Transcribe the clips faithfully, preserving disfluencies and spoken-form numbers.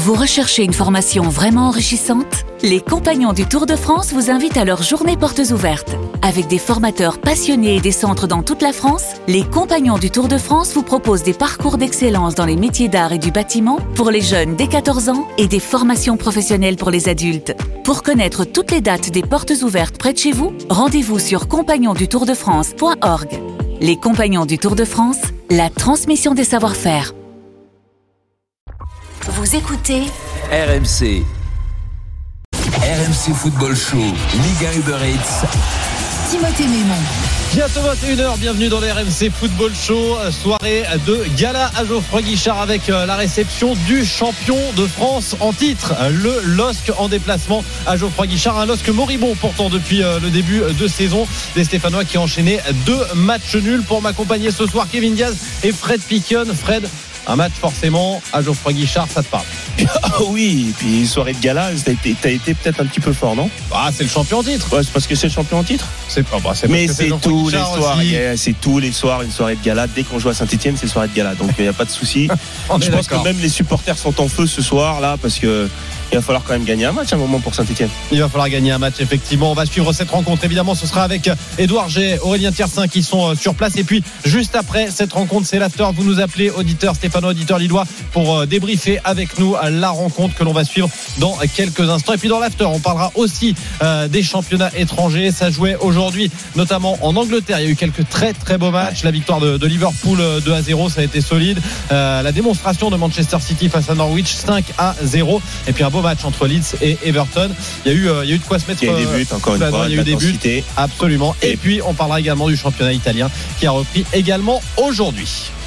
Vous recherchez une formation vraiment enrichissante ? Les Compagnons du Tour de France vous invitent à leur journée portes ouvertes. Avec des formateurs passionnés et des centres dans toute la France, les Compagnons du Tour de France vous proposent des parcours d'excellence dans les métiers d'art et du bâtiment pour les jeunes dès quatorze ans et des formations professionnelles pour les adultes. Pour connaître toutes les dates des portes ouvertes près de chez vous, rendez-vous sur compagnons du tour de france point org. Les Compagnons du Tour de France, la transmission des savoir-faire. Vous écoutez R M C. R M C Football Show, Liga Uber Eats. Timothée Mémon. Bientôt vingt et une heures, bienvenue dans le R M C Football Show, soirée de gala à Geoffroy Guichard avec la réception du champion de France en titre, le L O S C en déplacement à Geoffroy Guichard, un L O S C moribond pourtant depuis le début de saison, des Stéphanois qui ont enchaîné deux matchs nuls. Pour m'accompagner ce soir, Kevin Diaz et Fred Piquion. Fred, un match forcément à Geoffroy Guichard, ça te parle? Ah oui, et puis soirée de gala, t'as été, t'as été peut-être un petit peu fort, non? Ah, c'est le champion en titre. Ouais, c'est parce que c'est le champion en titre. C'est, oh bah, c'est Mais c'est, c'est tous les soirs, yeah, c'est tous les soirs une soirée de gala. Dès qu'on joue à Saint-Etienne, c'est soirée de gala, donc il n'y a pas de souci. Je pense que même les supporters sont en feu ce soir là, parce que il va falloir quand même gagner un match à un moment pour Saint-Etienne. Il va falloir gagner un match, effectivement. On va suivre cette rencontre. Évidemment, ce sera avec Édouard G, Aurélien Tiersin qui sont sur place. Et puis, juste après cette rencontre, c'est l'after. Vous nous appelez, auditeurs stéphanois, auditeurs lillois, pour débriefer avec nous la rencontre que l'on va suivre dans quelques instants. Et puis, dans l'after, on parlera aussi euh, des championnats étrangers. Ça jouait aujourd'hui, notamment en Angleterre. Il y a eu quelques très, très beaux matchs. La victoire de, de Liverpool deux à zéro, ça a été solide. Euh, la démonstration de Manchester City face à Norwich, cinq à zéro. Et puis, un beau match entre Leeds et Everton. Il y a eu, euh, il y a eu de quoi se mettre. Il y a eu des buts, encore une fois. Il y a eu des buts. Absolument. Et, et puis, on parlera également du championnat italien qui a repris également aujourd'hui.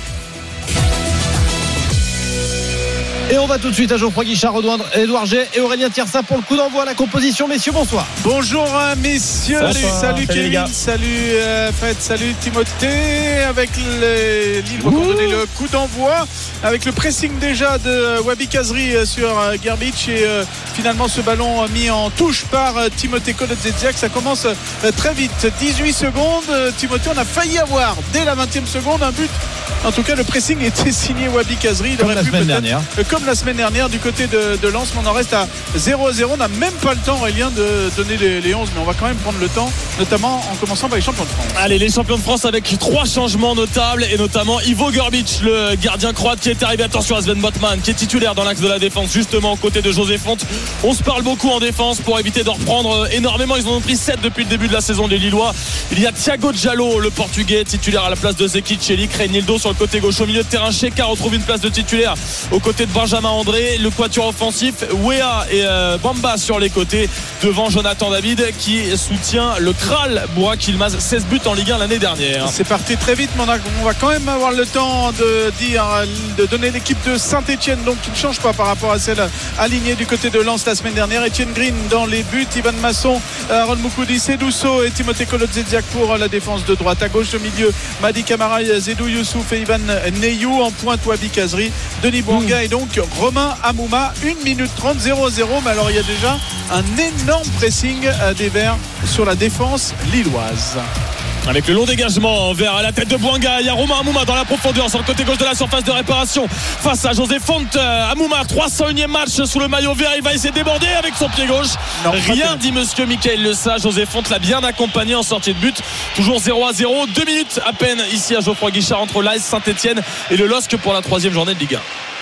Et on va tout de suite à Geoffroy Guichard rejoindre Édouard G et Aurélien Tiersin pour le coup d'envoi à la composition. Messieurs, bonsoir. Bonjour messieurs, salut, salut, salut Kevin, salut euh, Fred, salut Timothée. Avec les Lille, on va donner le coup d'envoi avec le pressing déjà de Wabi Kazri sur euh, Gerbic et euh, finalement ce ballon mis en touche par euh, Timothée Kolodziejczak. Ça commence euh, très vite, dix-huit secondes. euh, Timothée, on a failli avoir dès la vingtième seconde un but. En tout cas, le pressing était signé Wabi Kazri. Comme la semaine dernière. Euh, comme la semaine dernière du côté de, de Lens, mais on en reste à zéro à zéro. On n'a même pas le temps, Aurélien, de donner les, les onze, mais on va quand même prendre le temps, notamment en commençant par les champions de France. Allez, les champions de France avec trois changements notables, et notamment Ivo Gerbic, le gardien croate qui est arrivé. Attention à Sven Botman qui est titulaire dans l'axe de la défense, justement aux côtés de José Fonte. On se parle beaucoup en défense pour éviter d'en reprendre énormément. Ils en ont pris sept depuis le début de la saison des Lillois. Il y a Thiago Diallo, le portugais, titulaire à la place de Zeki Celik. Reinildo sur le côté gauche. Au milieu de terrain, Cheka retrouve une place de titulaire aux côtés de Benjamin André. Le quatuor offensif, Wea et euh, Bamba sur les côtés, devant Jonathan David qui soutient le Kral Burak Yilmaz, seize buts en Ligue un l'année dernière. C'est parti très vite, mais on, a, on va quand même avoir le temps de dire, de donner l'équipe de Saint-Etienne, donc qui ne change pas par rapport à celle alignée du côté de Lens la semaine dernière. Etienne Green dans les buts, Ivan Masson, Aaron Moukoudi, Sedousso et Timothée Kolodziejczak pour la défense de droite. À gauche au milieu, Madi Camara, Zedou Youssouf et Ivan Neyou. En pointe, Wabi Kazri, Denis Bouanga mmh. et donc Romain Amouma. Une minute trente, zéro à zéro, mais alors il y a déjà un énorme pressing des Verts sur la défense lilloise. Avec le long dégagement vers la tête de Bouanga, il y a Romain Amouma dans la profondeur sur le côté gauche de la surface de réparation face à José Fonte. Amouma, trois cent unième match sous le maillot vert, il va essayer de déborder avec son pied gauche. Non, rien dit monsieur Michael Le Sage. José Fonte l'a bien accompagné en sortie de but. Toujours zéro à zéro, deux minutes à peine ici à Geoffroy Guichard entre l'A S Saint-Etienne et le L O S C pour la troisième journée de Ligue un.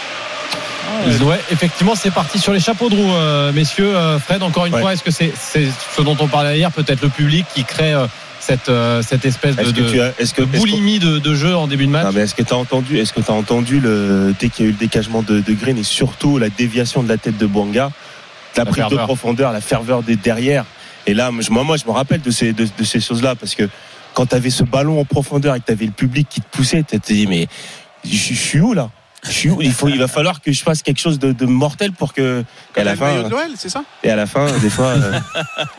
Ouais, effectivement, c'est parti sur les chapeaux de roue, euh, messieurs. Euh, Fred, encore une ouais. fois, est-ce que c'est, c'est ce dont on parlait hier, peut-être le public qui crée euh, cette, euh, cette espèce de, de, tu as, est-ce que, de boulimie est-ce que, de, de jeu en début de match? Non, mais est-ce que tu as entendu, est-ce que tu as entendu le, dès qu'il y a eu le décagement de, de Green et surtout la déviation de la tête de Bouanga, la, la prise ferveur. de profondeur, la ferveur des derrière. Et là, moi, moi, je me rappelle de ces, de, de ces choses-là parce que quand tu avais ce ballon en profondeur et que tu avais le public qui te poussait, tu te dis mais je, je suis où là? Je suis où? Il faut, il va falloir que je fasse quelque chose de, de mortel pour que. Et à la fin. De Noël, c'est ça? Et à la fin, des fois. Euh...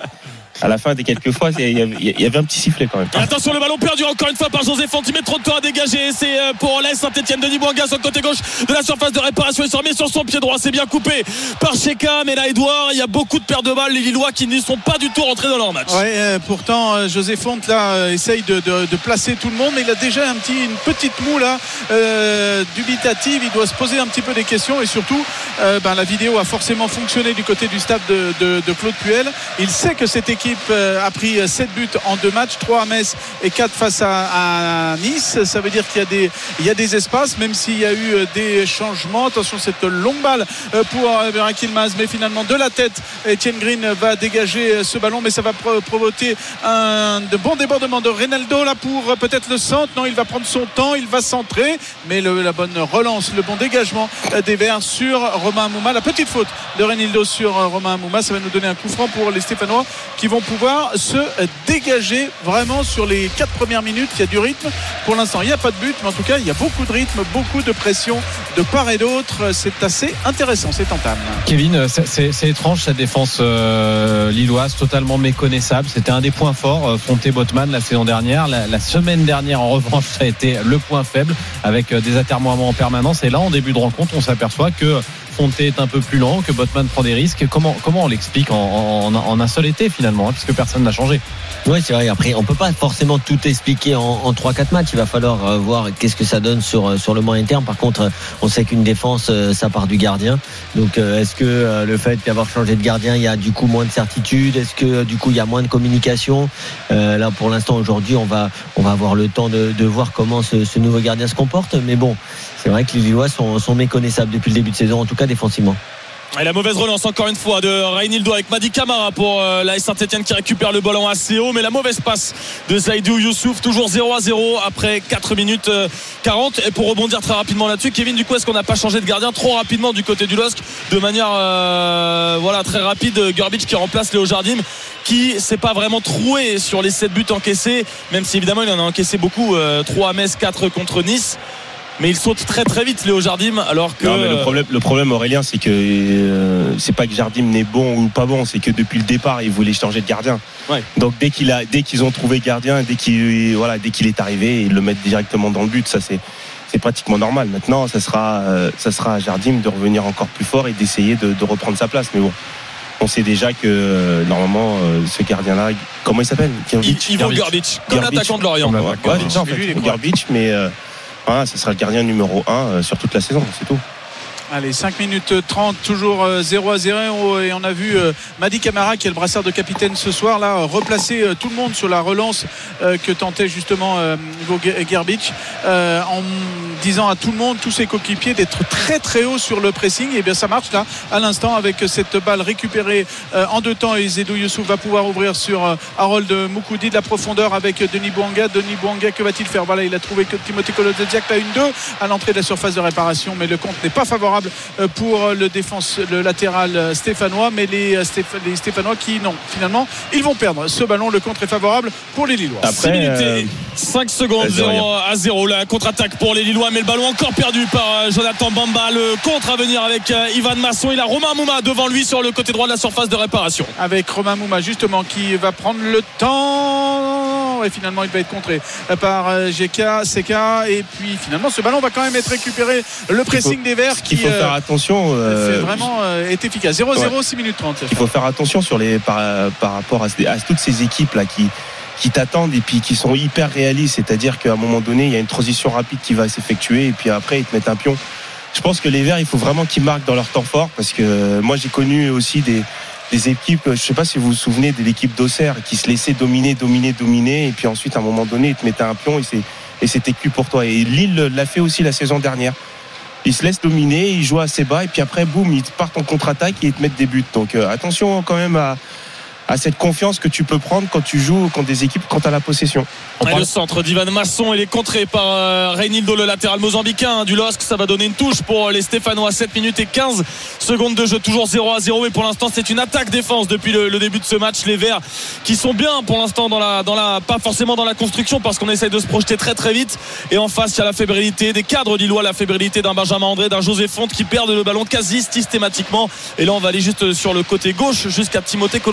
à la fin des quelques fois, il y, avait, il y avait un petit sifflet quand même. Et attention, le ballon perdu encore une fois par José Font. Il met trop de temps à dégager. C'est pour l'A S Saint-Etienne. Denis Bouanga sur le côté gauche de la surface de réparation. Il se remet sur son pied droit. C'est bien coupé par Cheka. Mais là, Edouard, il y a beaucoup de pertes de balles. Les Lillois qui n'y sont pas du tout rentrés dans leur match. Ouais, euh, pourtant, euh, José Font là euh, essaye de, de, de placer tout le monde. Mais il a déjà un petit, une petite moue là, euh, dubitative. Il doit se poser un petit peu des questions. Et surtout, euh, ben, la vidéo a forcément fonctionné du côté du staff de, de, de Claude Puel. Il sait que cette équipe euh, a pris sept buts en deux matchs, trois à Metz et quatre face à, à Nice. Ça veut dire qu'il y a des, il y a des espaces, même s'il y a eu des changements. Attention, cette longue balle pour Burak Yilmaz, mais finalement de la tête, Etienne Green va dégager ce ballon, mais ça va provoquer un de bon débordement de Reynaldo là pour peut-être le centre. Non, il va prendre son temps, il va centrer, mais le, la bonne relance, le bon dégagement des Verts sur Romain Mouma. La petite faute de Reynaldo sur Romain Mouma, ça va nous donner un coup franc pour les Stéphanois qui vont pouvoir se dégager vraiment sur les quatre premières minutes. Il y a du rythme pour l'instant, il n'y a pas de but, mais en tout cas il y a beaucoup de rythme, beaucoup de pression de part et d'autre. C'est assez intéressant cette entame. Kevin, c'est, c'est, c'est étrange cette défense euh, lilloise, totalement méconnaissable. C'était un des points forts, euh, Fonté-Botman la saison dernière. La, la semaine dernière en revanche, ça a été le point faible avec euh, des atermoiements en permanence. Et là en début de rencontre, on s'aperçoit que Fonté est un peu plus lent, que Botman prend des risques. Comment, comment on l'explique en, en, en un seul été finalement, hein, puisque personne n'a changé? Oui, c'est vrai. Après, on peut pas forcément tout expliquer en, en trois quatre matchs. Il va falloir euh, voir qu'est-ce que ça donne sur sur le moyen terme. Par contre, on sait qu'une défense, euh, ça part du gardien. Donc, euh, est-ce que euh, le fait d'avoir changé de gardien, il y a du coup moins de certitude? Est-ce que euh, du coup il y a moins de communication? euh, Là, pour l'instant, aujourd'hui, on va on va avoir le temps de, de voir comment ce, ce nouveau gardien se comporte. Mais bon, c'est vrai que les Lillois sont, sont méconnaissables depuis le début de saison, en tout cas défensivement. Et la mauvaise relance encore une fois de Reynaldo avec Madi Camara pour euh, l'A S Saint-Etienne qui récupère le ballon assez haut, mais la mauvaise passe de Zaidou Youssouf, toujours zéro à zéro après quatre minutes quarante. Et pour rebondir très rapidement là-dessus, Kevin, du coup, est-ce qu'on n'a pas changé de gardien trop rapidement du côté du L O S C de manière euh, voilà, très rapide? Gurbic qui remplace Léo Jardim, qui s'est pas vraiment troué sur les sept buts encaissés, même si évidemment il en a encaissé beaucoup, euh, trois à Metz, quatre contre Nice. Mais il saute très très vite Léo Jardim, alors que non, mais le problème, le problème Aurélien, c'est que euh, c'est pas que Jardim n'est bon ou pas bon, c'est que depuis le départ il voulait changer de gardien. Ouais. Donc dès qu'il a, dès qu'ils ont trouvé gardien, dès qu'il voilà, dès qu'il est arrivé, ils le mettent directement dans le but. Ça c'est c'est pratiquement normal. Maintenant, ça sera euh, ça sera à Jardim de revenir encore plus fort et d'essayer de, de reprendre sa place. Mais bon, on sait déjà que euh, normalement euh, ce gardien-là, comment il s'appelle? Ivo Gurbic, comme l'attaquant de Lorient. Ouais, ouais, Gurbic, en fait, Gurbic, mais euh, voilà, ça sera le gardien numéro un euh, sur toute la saison, c'est tout. Allez, cinq minutes trente, toujours zéro à zéro, et on a vu euh, Madi Camara, qui est le brassard de capitaine ce soir là, replacer euh, tout le monde sur la relance euh, que tentait justement euh, Ivo Gurbic, euh, en disant à tout le monde, tous ses coéquipiers, d'être très très haut sur le pressing. Et bien ça marche là à l'instant avec cette balle récupérée euh, en deux temps, et Zaidou Youssouf va pouvoir ouvrir sur euh, Harold Moukoudi de la profondeur avec Denis Bouanga. Denis Bouanga, que va-t-il faire? Voilà, il a trouvé que Timothée Kolodziak là, une deux à l'entrée de la surface de réparation, mais le compte n'est pas favorable pour le défense, le latéral stéphanois, mais les, Stéph- les Stéphanois qui non, finalement ils vont perdre ce ballon. Le contre est favorable pour les Lillois. Après, six minutes et cinq secondes, zéro à zéro, la contre-attaque pour les Lillois, mais le ballon encore perdu par Jonathan Bamba. Le contre à venir avec Ivan Masson. Il a Romain Mouma devant lui sur le côté droit de la surface de réparation, avec Romain Mouma justement qui va prendre le temps, et finalement il va être contré par G K, C K, et puis finalement ce ballon va quand même être récupéré. Le pressing faut, des Verts qui il faut euh, faire attention euh, c'est vraiment euh, est efficace. Zéro zéro, ouais. six minutes trente. Il faut faire attention sur les, par, par rapport à, à toutes ces équipes là qui qui t'attendent et puis qui sont hyper réalistes, c'est-à-dire qu'à un moment donné il y a une transition rapide qui va s'effectuer et puis après ils te mettent un pion. Je pense que les Verts, il faut vraiment qu'ils marquent dans leur temps fort, parce que moi j'ai connu aussi des des équipes, je ne sais pas si vous vous souvenez de l'équipe d'Auxerre qui se laissait dominer, dominer, dominer, et puis ensuite à un moment donné ils te mettaient un pion et, c'est, et c'était cuit pour toi. Et Lille l'a fait aussi la saison dernière. Ils se laissent dominer, ils jouent assez bas, et puis après boum, ils partent en contre-attaque et ils te mettent des buts. Donc euh, attention quand même à à cette confiance que tu peux prendre quand tu joues contre des équipes, quand tu as la possession. Et le centre d'Ivan Masson, il est contré par euh, Reynaldo, le latéral mozambicain hein, du L O S C. Ça va donner une touche pour les Stéphanois. Sept minutes et quinze secondes de jeu, toujours zéro à zéro, et pour l'instant c'est une attaque-défense depuis le, le début de ce match. Les Verts qui sont bien pour l'instant dans la, dans la, pas forcément dans la construction, parce qu'on essaye de se projeter très très vite, et en face il y a la fébrilité des cadres lillois, la fébrilité d'un Benjamin André, d'un José Font qui perdent le ballon quasi systématiquement. Et là on va aller juste sur le côté gauche jusqu'à Timothée Kolodziak.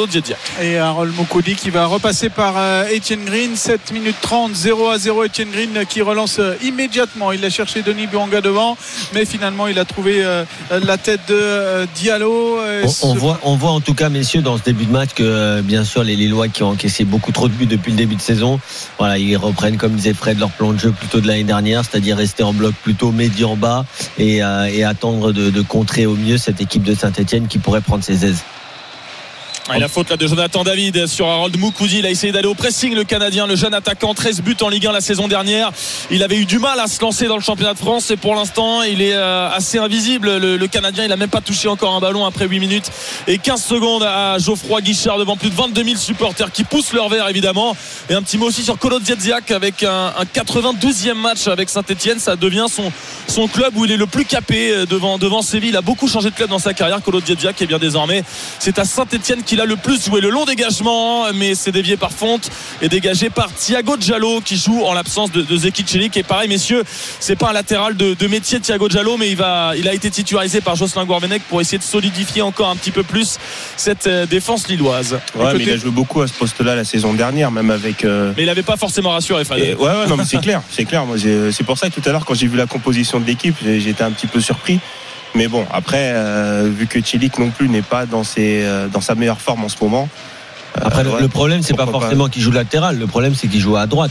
Et Harold Moukoudi qui va repasser par Etienne Green. sept minutes trente, zéro à zéro. Etienne Green qui relance immédiatement. Il a cherché Denis Bouanga devant, mais finalement il a trouvé la tête de Diallo. On, on, voit, on voit en tout cas, messieurs, dans ce début de match que bien sûr les Lillois qui ont encaissé beaucoup trop de buts depuis le début de saison, voilà, ils reprennent, comme disait Fred, leur plan de jeu plutôt de l'année dernière, c'est-à-dire rester en bloc plutôt médian bas et, euh, et attendre de, de contrer au mieux cette équipe de Saint-Etienne qui pourrait prendre ses aises. Et la faute là de Jonathan David sur Harold Moukoudi. Il a essayé d'aller au pressing, le Canadien, le jeune attaquant, treize buts en Ligue un la saison dernière. Il avait eu du mal à se lancer dans le championnat de France et pour l'instant il est assez invisible. Le, le Canadien, il a même pas touché encore un ballon après huit minutes et quinze secondes à Geoffroy Guichard devant plus de vingt-deux mille supporters qui poussent leur verre évidemment. Et un petit mot aussi sur Kolo Djedziak avec un, un quatre-vingt-douzième match avec Saint-Etienne. Ça devient son, son club où il est le plus capé devant, devant Séville. Il a beaucoup changé de club dans sa carrière, Kolo Djedziak, et bien désormais c'est à Saint-Etienne qu'il a le plus joué le long dégagement, mais c'est dévié par Fonte et dégagé par Thiago Diallo qui joue en l'absence de, de Zeki Celik. Et pareil, messieurs, c'est pas un latéral de, de métier, Thiago Diallo, mais il, va, il a été titularisé par Jocelyn Gourvenec pour essayer de solidifier encore un petit peu plus cette euh, défense lilloise. Ouais, côté... mais il a joué beaucoup à ce poste-là la saison dernière, même avec. Euh... Mais il n'avait pas forcément rassuré, Fred. Et, ouais, ouais, non, mais c'est clair, c'est clair. Moi, j'ai, c'est pour ça que tout à l'heure, quand j'ai vu la composition de l'équipe, j'ai, j'étais un petit peu surpris. Mais bon, après, euh, vu que Celik non plus n'est pas dans, ses, euh, dans sa meilleure forme en ce moment. Euh, après, le, ouais, le problème, c'est pas forcément pas... qu'il joue latéral. Le problème, c'est qu'il joue à droite.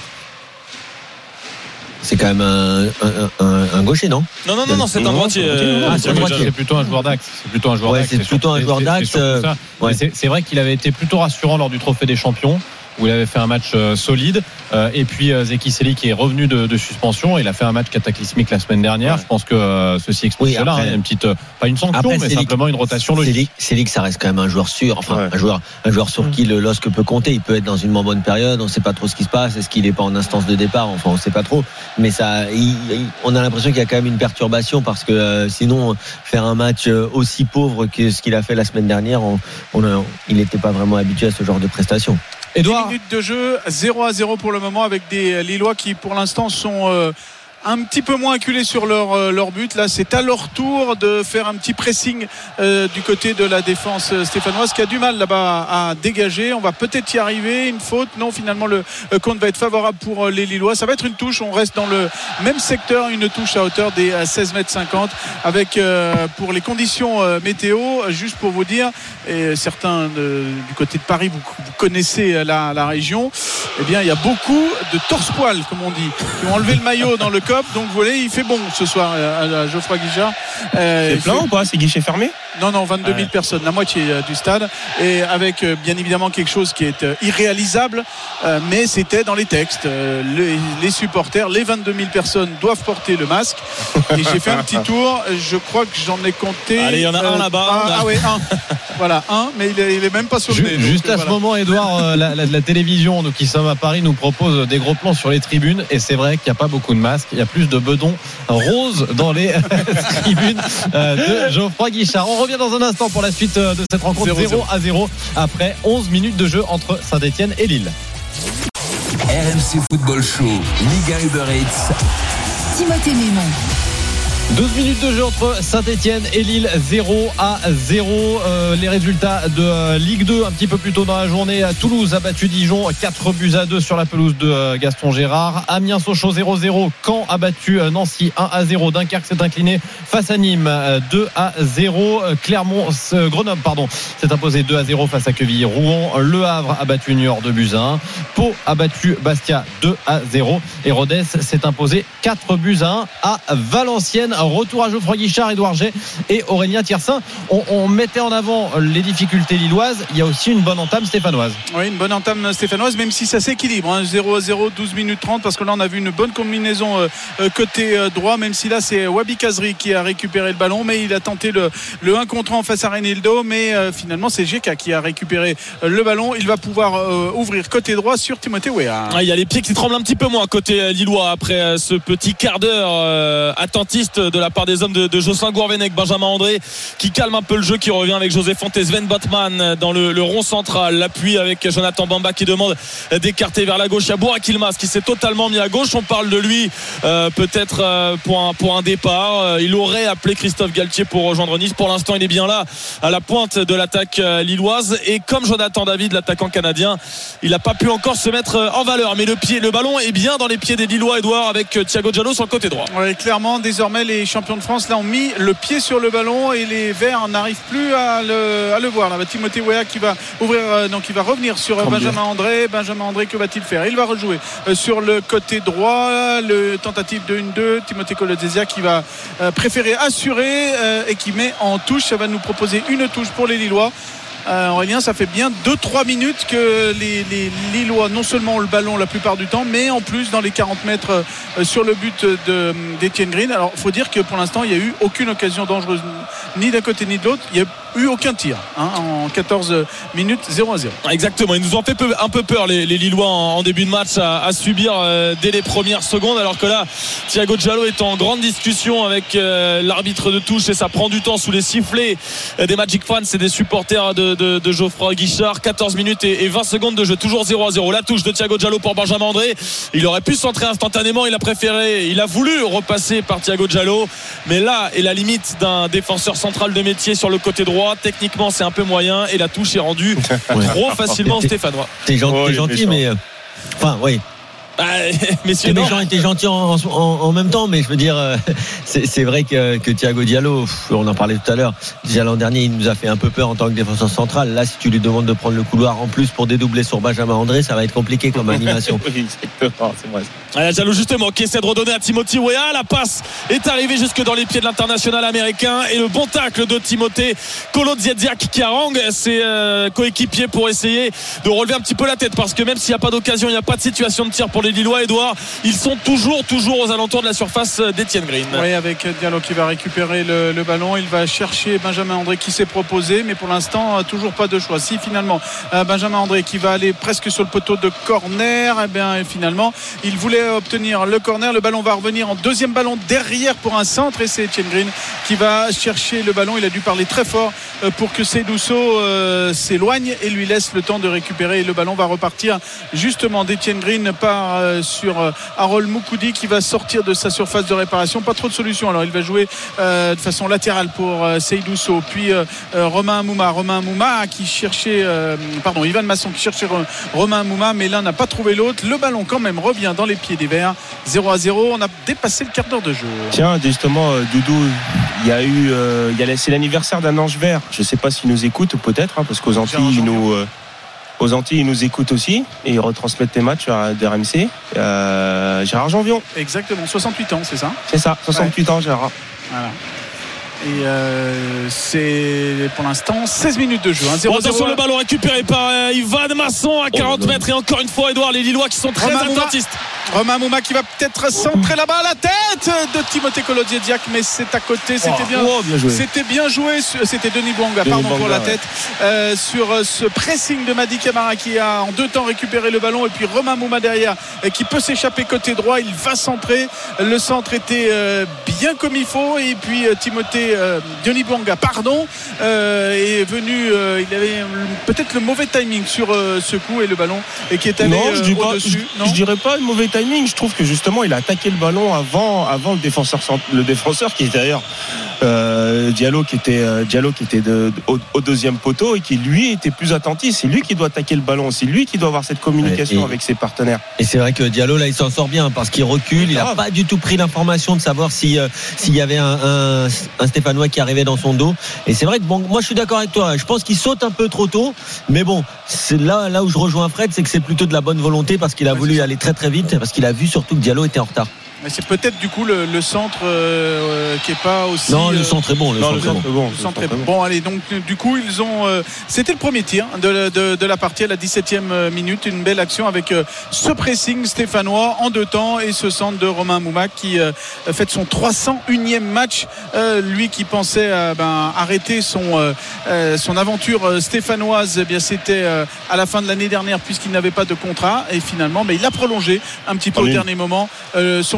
C'est quand même un, un, un, un gaucher, non ? Non, non, non, non c'est un droitier. Euh, ah, c'est, c'est plutôt un joueur d'axe. C'est plutôt un joueur ouais, d'axe. C'est, c'est plutôt un joueur d'axe. C'est, c'est, ouais. c'est, c'est vrai qu'il avait été plutôt rassurant lors du Trophée des Champions, où il avait fait un match euh, solide euh, et puis euh, Zeki Celik qui est revenu de, de suspension. Il a fait un match cataclysmique la semaine dernière. Ouais. Je pense que euh, ceci explique oui, cela. Après, hein, une petite, euh, pas une sanction, après, mais Celik, simplement une rotation logique. Celik, ça reste quand même un joueur sûr. Enfin, ouais. un joueur, un joueur sur mmh. qui le L O S C peut compter. Il peut être dans une moins bonne période. On ne sait pas trop ce qui se passe. Est-ce qu'il n'est pas en instance de départ ? Enfin, on ne sait pas trop. Mais ça, il, il, on a l'impression qu'il y a quand même une perturbation parce que euh, sinon, faire un match aussi pauvre que ce qu'il a fait la semaine dernière, on, on a, il n'était pas vraiment habitué à ce genre de prestations. Edouard. dix minutes de jeu, zéro à zéro pour le moment avec des Lillois qui pour l'instant sont euh, un petit peu moins acculés sur leur, euh, leur but. Là, c'est à leur tour de faire un petit pressing euh, du côté de la défense stéphanoise qui a du mal là-bas à, à dégager. On va peut-être y arriver. Une faute. Non, finalement, le euh, compte va être favorable pour euh, les Lillois. Ça va être une touche. On reste dans le même secteur. Une touche à hauteur des euh, seize mètres cinquante avec, euh, pour les conditions euh, météo, juste pour vous dire, et certains de, du côté de Paris, vous, vous connaissez la, la région, eh bien, il y a beaucoup de torse-poil, comme on dit, qui ont enlevé le maillot dans le C O P. Donc vous voyez, il fait bon ce soir à, à Geoffroy Guichard. Euh, c'est plein fait... ou pas ? C'est guichet fermé ? Non, non, vingt-deux mille ouais. personnes, la moitié euh, du stade. Et avec euh, bien évidemment quelque chose qui est euh, irréalisable, euh, mais c'était dans les textes. Euh, les, les supporters, les vingt-deux mille personnes doivent porter le masque. Et j'ai fait un petit tour. Je crois que j'en ai compté. Allez, il y en a euh, un là-bas. Ah, ah oui, un. Voilà, un, mais il est, il est même pas sur le nez. Juste donc, à voilà. ce moment, Edouard, euh, la, la, la télévision, nous qui sommes à Paris, nous propose des gros plans sur les tribunes. Et c'est vrai qu'il n'y a pas beaucoup de masques. Il y a plus de bedons roses dans les tribunes euh, de Geoffroy Guichard. On revient dans un instant pour la suite de cette rencontre zéro à zéro après onze minutes de jeu entre Saint-Etienne et Lille. R M C Football Show, Ligue un Uber Eats. Timothée Mémon. douze minutes de jeu entre Saint-Etienne et Lille, zéro à zéro. Euh, les résultats de euh, Ligue deux un petit peu plus tôt dans la journée. Toulouse a battu Dijon quatre buts à deux sur la pelouse de euh, Gaston Gérard. Amiens-Sochaux zéro zéro. Caen a battu euh, Nancy un à zéro. Dunkerque s'est incliné face à Nîmes euh, deux à zéro. Clermont, euh, Grenoble pardon, s'est imposé deux à zéro face à Quevilly-Rouen. Le Havre a battu Niort deux buts à un. Pau a battu Bastia deux à zéro. Et Rodez s'est imposé quatre buts à un à Valenciennes. Un retour à Geoffroy Guichard, Édouard G et Aurélien Tiersin. On, on mettait en avant les difficultés lilloises. Il y a aussi une bonne entame stéphanoise. Oui, une bonne entame stéphanoise, même si ça s'équilibre. Hein, zéro à zéro, douze minutes trente, parce que là, on a vu une bonne combinaison euh, côté euh, droit, même si là, c'est Wabi Kazri qui a récupéré le ballon, mais il a tenté le, le un contre un face à Reinildo, mais euh, finalement, c'est G K qui a récupéré euh, le ballon. Il va pouvoir euh, ouvrir côté droit sur Timothée Weah. Ah, il y a les pieds qui tremblent un petit peu moins côté lillois après euh, ce petit quart d'heure euh, attentiste de la part des hommes de, de Jocelyn Gourvenec. Benjamin André qui calme un peu le jeu, qui revient avec José Fonte, Sven Botman dans le, le rond central. L'appui avec Jonathan Bamba qui demande d'écarter vers la gauche. Il y a Burak Yilmaz qui s'est totalement mis à gauche. On parle de lui euh, peut-être euh, pour, un, pour un départ. Euh, il aurait appelé Christophe Galtier pour rejoindre Nice. Pour l'instant, il est bien là à la pointe de l'attaque euh, lilloise. Et comme Jonathan David, l'attaquant canadien, il n'a pas pu encore se mettre en valeur. Mais le, pied, le ballon est bien dans les pieds des Lillois, Edouard, avec Thiago Diallo sur le côté droit. Oui, clairement, désormais, les champions de France là ont mis le pied sur le ballon et les Verts n'arrivent plus à le, à le voir. Là, Timothée Weah qui va ouvrir, euh, donc il va revenir sur euh, Benjamin André. Benjamin André, que va-t-il faire? Il va rejouer euh, sur le côté droit. Le tentative de un deux. Timothée Kolodziejczak qui va euh, préférer assurer euh, et qui met en touche. Ça va nous proposer une touche pour les Lillois. Euh, Aurélien, ça fait bien deux trois minutes que les, les Lillois non seulement ont le ballon la plupart du temps, mais en plus dans les quarante mètres euh, sur le but de, d'Étienne Green. Alors il faut dire que pour l'instant il n'y a eu aucune occasion dangereuse ni d'un côté ni de l'autre. Il n'y a eu aucun tir hein, en quatorze minutes, zéro à zéro. Exactement, ils nous ont fait peu, un peu peur les, les Lillois en, en début de match à, à subir euh, dès les premières secondes, alors que là Thiago Diallo est en grande discussion avec euh, l'arbitre de touche et ça prend du temps sous les sifflets euh, des Magic Fans et des supporters de De, de Geoffroy Guichard. Quatorze minutes et, et vingt secondes de jeu, toujours zéro à zéro. La touche de Thiago Diallo pour Benjamin André. Il aurait pu centrer instantanément, il a préféré, il a voulu repasser par Thiago Diallo, mais là est la limite d'un défenseur central de métier sur le côté droit. Techniquement c'est un peu moyen et la touche est rendue trop facilement stéphanois. T'es gentil, t'es gentil mais enfin oui. Ah, messieurs, les gens étaient gentils en, en, en même temps, mais je veux dire, euh, c'est, c'est vrai que, que Thiago Diallo, pff, on en parlait tout à l'heure, déjà l'an dernier, il nous a fait un peu peur en tant que défenseur central. Là, si tu lui demandes de prendre le couloir en plus pour dédoubler sur Benjamin André, ça va être compliqué comme animation. Oui, exactement, c'est vrai. Ah, Diallo justement qui essaie de redonner à Timothée Weah. La passe est arrivée jusque dans les pieds de l'international américain et le bon tacle de Timothée Kolodziejczak qui harangue ses euh, coéquipiers pour essayer de relever un petit peu la tête, parce que même s'il n'y a pas d'occasion, il n'y a pas de situation de tir pour les Lillois, Edouard, ils sont toujours toujours aux alentours de la surface d'Étienne Green. Oui, avec Diallo qui va récupérer le, le ballon, il va chercher Benjamin André qui s'est proposé, mais pour l'instant toujours pas de choix. Si finalement euh, Benjamin André qui va aller presque sur le poteau de corner, et eh bien finalement il voulait obtenir le corner, le ballon va revenir en deuxième ballon derrière pour un centre et c'est Étienne Green qui va chercher le ballon. Il a dû parler très fort euh, pour que Seydou Sow euh, s'éloigne et lui laisse le temps de récupérer, et le ballon va repartir justement d'Étienne Green par euh, sur euh, Harold Moukoudi qui va sortir de sa surface de réparation. Pas trop de solutions, alors il va jouer euh, de façon latérale pour euh, Seydou Sow, puis euh, euh, Romain Mouma Romain Mouma qui cherchait euh, pardon Ivan Masson qui cherchait Romain Mouma, mais l'un n'a pas trouvé l'autre. Le ballon quand même revient dans les pieds des Verts, zéro à zéro. On a dépassé le quart d'heure de jeu. Tiens, justement, euh, Doudou, il y a eu euh, il y a, c'est l'anniversaire d'un ange vert. Je ne sais pas s'il nous écoute, peut-être hein, parce qu'aux Antilles ils nous euh, aux Antilles, ils nous écoutent aussi et ils retransmettent tes matchs de R M C. Euh, Gérard Janvion. Exactement, soixante-huit ans, c'est ça? C'est ça, soixante-huit ouais. ans, Gérard. Voilà. Et euh, c'est pour l'instant seize minutes de jeu. Hein, zéro, attention, zéro. Le ballon récupéré par euh, Ivan Masson à quarante oh, mètres. Et encore une fois, Edouard, les Lillois qui sont très attentistes. Romain Mouma qui va peut-être centrer là-bas à la tête de Timothée Kolodziejczak, mais c'est à côté. C'était bien, oh, bien joué. C'était bien joué. C'était Denis Bouanga, Denis pardon Bouanga, pour la tête. Ouais. Euh, sur ce pressing de Madi Camara qui a en deux temps récupéré le ballon, et puis Romain Mouma derrière qui peut s'échapper côté droit. Il va centrer. Le centre était euh, bien comme il faut, et puis euh, Timothée euh, Denis Bouanga, pardon, euh, est venu. Euh, il avait peut-être le mauvais timing sur euh, ce coup et le ballon et qui est allé non, je dis euh, pas, au-dessus. Je, je dirais pas le mauvais timing. Je trouve que justement il a attaqué le ballon avant, avant le défenseur, le défenseur qui est d'ailleurs euh, Diallo qui était euh, Diallo qui était de, de, au, au deuxième poteau et qui lui était plus attentif. C'est lui qui doit attaquer le ballon, c'est lui qui doit avoir cette communication et, avec ses partenaires. Et c'est vrai que Diallo là il s'en sort bien parce qu'il recule, il n'a pas du tout pris l'information de savoir si euh, s'il y avait un, un, un Stéphanois qui arrivait dans son dos. Et c'est vrai que bon, moi je suis d'accord avec toi. Je pense qu'il saute un peu trop tôt, mais bon, c'est là là où je rejoins Fred, c'est que c'est plutôt de la bonne volonté parce qu'il a ouais, voulu aller très très vite, parce qu'il a vu surtout que Diallo était en retard. Mais c'est peut-être du coup le, le centre euh, qui est pas aussi. Non, le centre est bon. Le non, centre, le centre est bon. Le centre est bon. Bon, allez, donc du coup ils ont. Euh, c'était le premier tir de, de, de la partie à la dix-septième minute. Une belle action avec euh, ce pressing stéphanois en deux temps et ce centre de Romain Mouma qui euh, fait son trois cent unième match. Euh, lui qui pensait euh, ben, arrêter son euh, son aventure stéphanoise, eh bien c'était euh, à la fin de l'année dernière puisqu'il n'avait pas de contrat, et finalement, mais il a prolongé un petit peu oh, au oui. dernier moment euh, son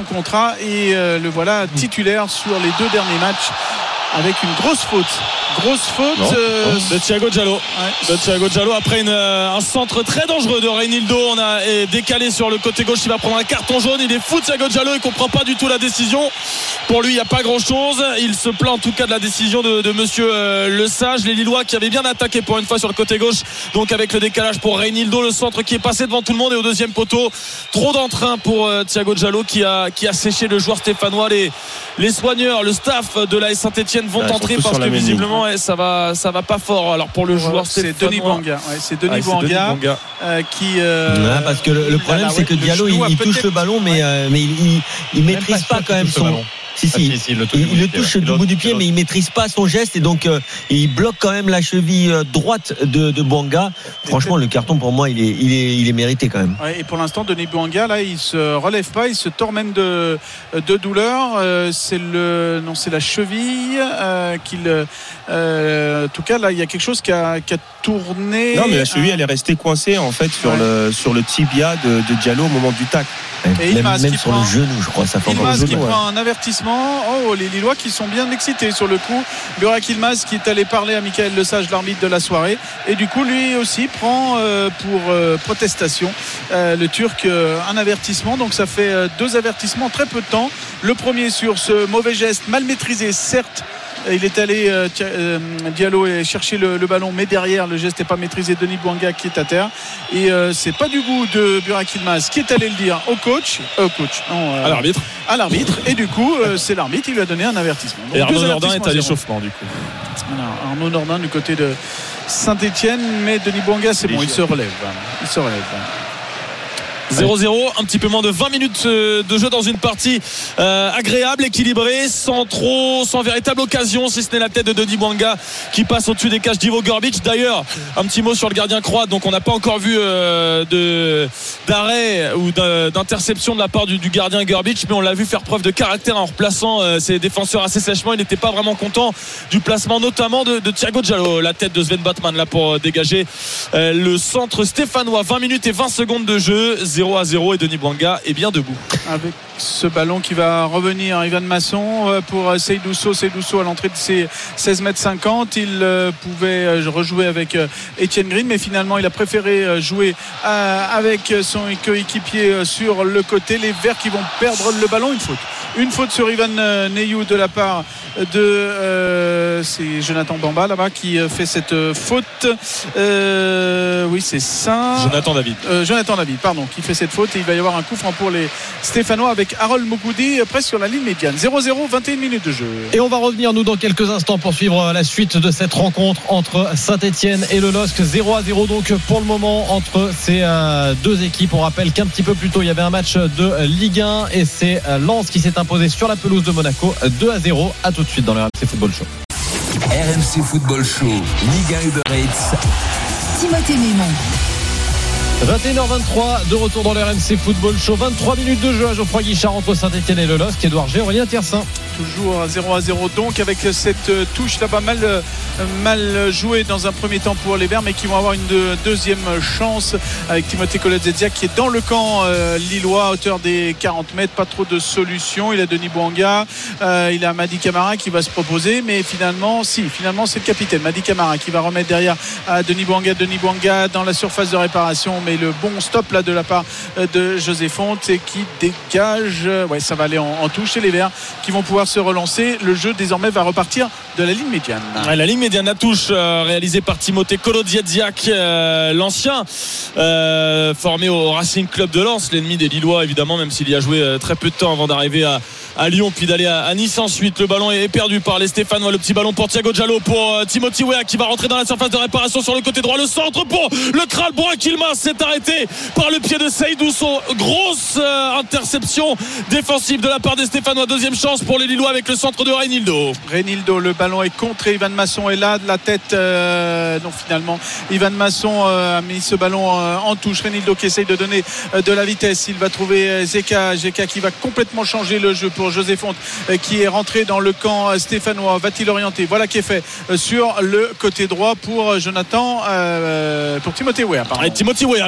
contrat et euh, le voilà titulaire sur les deux derniers matchs avec une grosse faute. Grosse faute euh, de Thiago Diallo. Ouais. De Thiago Diallo après une, euh, un centre très dangereux de Reinildo. On a est décalé sur le côté gauche. Il va prendre un carton jaune. Il est fou, Thiago Diallo. Il comprend pas du tout la décision. Pour lui, il n'y a pas grand chose. Il se plaint en tout cas de la décision de, de monsieur euh, Le Sage. Les Lillois qui avaient bien attaqué pour une fois sur le côté gauche. Donc avec le décalage pour Reinildo, le centre qui est passé devant tout le monde et au deuxième poteau. Trop d'entrain pour euh, Thiago Diallo qui a, qui a séché le joueur stéphanois. Les, les soigneurs, le staff de l'A S Saint-Etienne vont ah, entrer parce que visiblement ouais, ça va ça va pas fort. Alors pour le ouais, joueur c'est Denis Bouanga ouais, c'est Denis ouais, Bouanga euh, qui euh, ouais, parce que le, le problème là, c'est ouais, que Diallo il, il touche le ballon mais, ouais. euh, mais il, il, il maîtrise pas, pas quand même son ballon. Si, si, ah, si, si, il le touche, il, il le touche du bout du pied, mais il maîtrise pas son geste et donc euh, il bloque quand même la cheville droite de, de Bouanga. Franchement, le carton pour moi, il est, il est, il est mérité quand même. Ouais, et pour l'instant, Denis Bouanga, là, il se relève pas, il se tord même de, de douleur. Euh, c'est le, non, c'est la cheville euh, qu'il. Euh, en tout cas, là, il y a quelque chose qui a, qui a tourné. Non, mais la cheville, elle est restée coincée en fait sur ouais. le, sur le tibia de, de Diallo au moment du tac. Et même, même sur prend, le genou, je crois. Ça Ilmaz qui genou, prend ouais. un avertissement. Oh, les Lillois qui sont bien excités sur le coup. Burak Ilmaz qui est allé parler à Michael Lesage, l'arbitre de la soirée. Et du coup, lui aussi prend euh, pour euh, protestation euh, le Turc euh, un avertissement. Donc ça fait euh, deux avertissements en très peu de temps. Le premier sur ce mauvais geste mal maîtrisé, certes. Il est allé euh, euh, Diallo et chercher le, le ballon, mais derrière le geste n'est pas maîtrisé. Denis Bouanga qui est à terre et euh, c'est pas du goût de Burak Ilmaz qui est allé le dire au coach, euh, au coach, non, euh, à l'arbitre, à l'arbitre. Et du coup, euh, c'est l'arbitre qui lui a donné un avertissement. Donc, et Arnaud Nordin est à l'échauffement du coup. Voilà, Arnaud Nordin du côté de Saint-Etienne, mais Denis Bouanga c'est bon, il se relève, il se relève. zéro zéro, un petit peu moins de vingt minutes de jeu dans une partie euh, agréable, équilibrée, sans trop, sans véritable occasion, si ce n'est la tête de Denis Bouanga qui passe au-dessus des cages d'Ivo Grbić. D'ailleurs, un petit mot sur le gardien croate. Donc on n'a pas encore vu euh, de, d'arrêt ou d'interception de la part du, du gardien Grbić, mais on l'a vu faire preuve de caractère en replaçant euh, ses défenseurs assez sèchement. Il n'était pas vraiment content du placement, notamment de, de Thiago Diallo, la tête de Sven Botman là pour euh, dégager euh, le centre stéphanois. vingt minutes et vingt secondes de jeu, zéro à zéro, et Denis Bouanga est bien debout. Avec ce ballon qui va revenir, Ivan Masson pour Seydou Sow. Seydou Sow à l'entrée de ses seize mètres cinquante. Il pouvait rejouer avec Etienne Green, mais finalement il a préféré jouer avec son coéquipier sur le côté. Les Verts qui vont perdre le ballon. Une faute. Une faute sur Ivan Neyou de la part de euh, c'est Jonathan Bamba là-bas qui fait cette faute. Euh, oui, c'est ça. Jonathan David. Euh, Jonathan David, pardon, qui fait cette faute et il va y avoir un coup franc pour les Stéphanois avec Harold Moukoudi presque sur la ligne médiane. zéro zéro, vingt et une minutes de jeu. Et on va revenir nous dans quelques instants pour suivre la suite de cette rencontre entre Saint-Etienne et le L O S C. zéro à zéro donc pour le moment entre ces euh, deux équipes. On rappelle qu'un petit peu plus tôt il y avait un match de Ligue un et c'est Lens qui s'est imposé sur la pelouse de Monaco deux à zéro. À tout de suite dans le R M C Football Show. R M C Football Show, Ligue un Uber Eats. Timothée Mémon. vingt et une heures vingt-trois de retour dans le R M C Football Show. vingt-trois minutes de jeu à Geoffroy Guichard entre Saint-Etienne et le L O S C. Édouard G, Aurélien Tiersin. Toujours zéro à zéro donc avec cette touche là-bas mal, mal jouée dans un premier temps pour les Verts, mais qui vont avoir une deuxième chance avec Timothée Collet-Zediak qui est dans le camp euh, lillois à hauteur des quarante mètres. Pas trop de solutions. Il a Denis Bouanga, euh, il a Madi Camara qui va se proposer, mais finalement si finalement c'est le capitaine Madi Camara qui va remettre derrière à Denis Bouanga. Denis Bouanga dans la surface de réparation, mais le bon stop là de la part de José Fonte et qui dégage. Ouais, ça va aller en, en touche et les Verts qui vont pouvoir se relancer. Le jeu désormais va repartir de la ligne médiane. Ouais, la ligne médiane, la touche euh, réalisée par Timothée Collet-Zediak, euh, l'ancien euh, formé au Racing Club de Lens, l'ennemi des Lillois évidemment, même s'il y a joué euh, très peu de temps avant d'arriver à, à Lyon puis d'aller à, à Nice ensuite. Le ballon est perdu par les Stéphanois. Le petit ballon pour Thiago Diallo pour euh, Timothy Weah qui va rentrer dans la surface de réparation sur le côté droit. Le centre pour le Kral Burak Yilmaz s'est arrêté par le pied de Seydou Sow. Grosse euh, interception défensive de la part des Stéphanois. Deuxième chance pour les Lillois avec le centre de Reinildo. Reinildo, le ballon est contré. Ivan Masson est là de la tête. Euh, non, finalement, Ivan Masson euh, a mis ce ballon euh, en touche. Reinildo qui essaye de donner euh, de la vitesse. Il va trouver euh, Zeka. Zeka qui va complètement changer le jeu pour José Fonte euh, qui est rentré dans le camp euh, stéphanois. Va-t-il orienter? Voilà qui est fait euh, sur le côté droit pour euh, Jonathan, euh, pour Timothée Weah. Et Timothée Weah,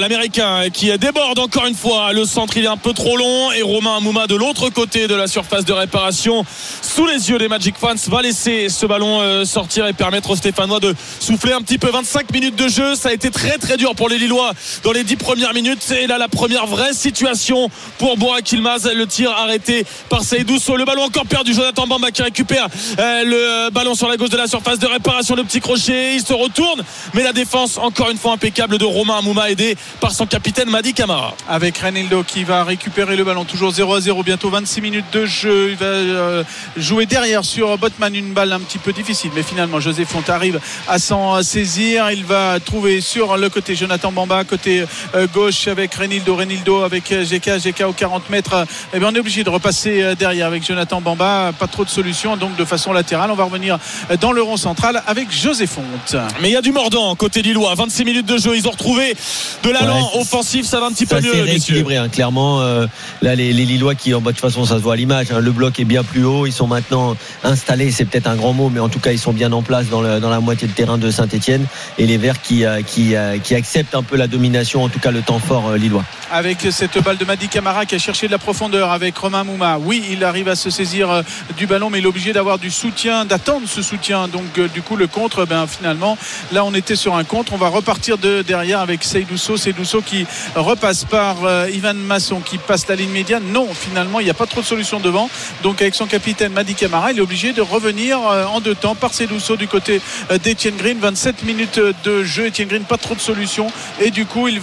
l'américain qui déborde encore une fois. Le centre il est un peu trop long et Romain Amouma de l'autre côté de la surface de réparation sous les yeux des Magic Fans va laisser ce ballon sortir et permettre aux Stéphanois de souffler un petit peu. Vingt-cinq minutes de jeu, ça a été très très dur pour les Lillois dans les dix premières minutes et là la première vraie situation pour Burak Yilmaz, le tir arrêté par Seydou Sow. Le ballon encore perdu, Jonathan Bamba qui récupère euh, le ballon sur la gauche de la surface de réparation, le petit crochet, il se retourne mais la défense encore une fois impeccable de Romain Amouma aidé par son capitaine Mady Camara. Avec Reinildo qui va récupérer le ballon, toujours zéro à zéro, bientôt vingt-six minutes de jeu. Il va euh, jouer derrière sur Botman, une balle un petit peu difficile mais finalement José Fonte arrive à s'en saisir. Il va trouver sur le côté Jonathan Bamba, côté euh, gauche avec Reinildo, Reinildo avec G K, G K aux quarante mètres. Et bien on est obligé de repasser euh, derrière avec Jonathan Bamba, pas trop de solutions donc de façon latérale. On va revenir dans le rond central avec José Fonte. Mais il y a du mordant côté lillois, vingt-six minutes de jeu, ils ont retrouvé de l'allant ouais, offensif, ça va un petit peu mieux. C'est rééquilibré hein, clairement euh, là les, les Lillois qui en bas de toute façon ça se voit à l'image hein, le bloc est bien plus haut, ils sont maintenant installés, c'est peut-être un grand mot mais en tout cas ils sont bien en place dans, le, dans la moitié de terrain de Saint-Etienne et les Verts qui, euh, qui, euh, qui acceptent un peu la domination, en tout cas le temps fort euh, lillois. Avec cette balle de Mady Camara qui a cherché de la profondeur avec Romain Amouma, oui il arrive à se saisir euh, du ballon mais il est obligé d'avoir du soutien, d'attendre ce soutien donc euh, du coup le contre, ben, finalement là on était sur un contre, on va repartir de derrière avec Seydou Sow, Seydou Sow qui repasse par euh, Ivan Masson qui passe la ligne médiane, non finalement il n'y a pas trop de solutions devant donc avec son capitaine Mady Camara il est obligé de revenir euh, en deux temps par Seydou Sow du côté euh, d'Etienne Green. Vingt-sept minutes de jeu, Etienne Green pas trop de solutions et du coup il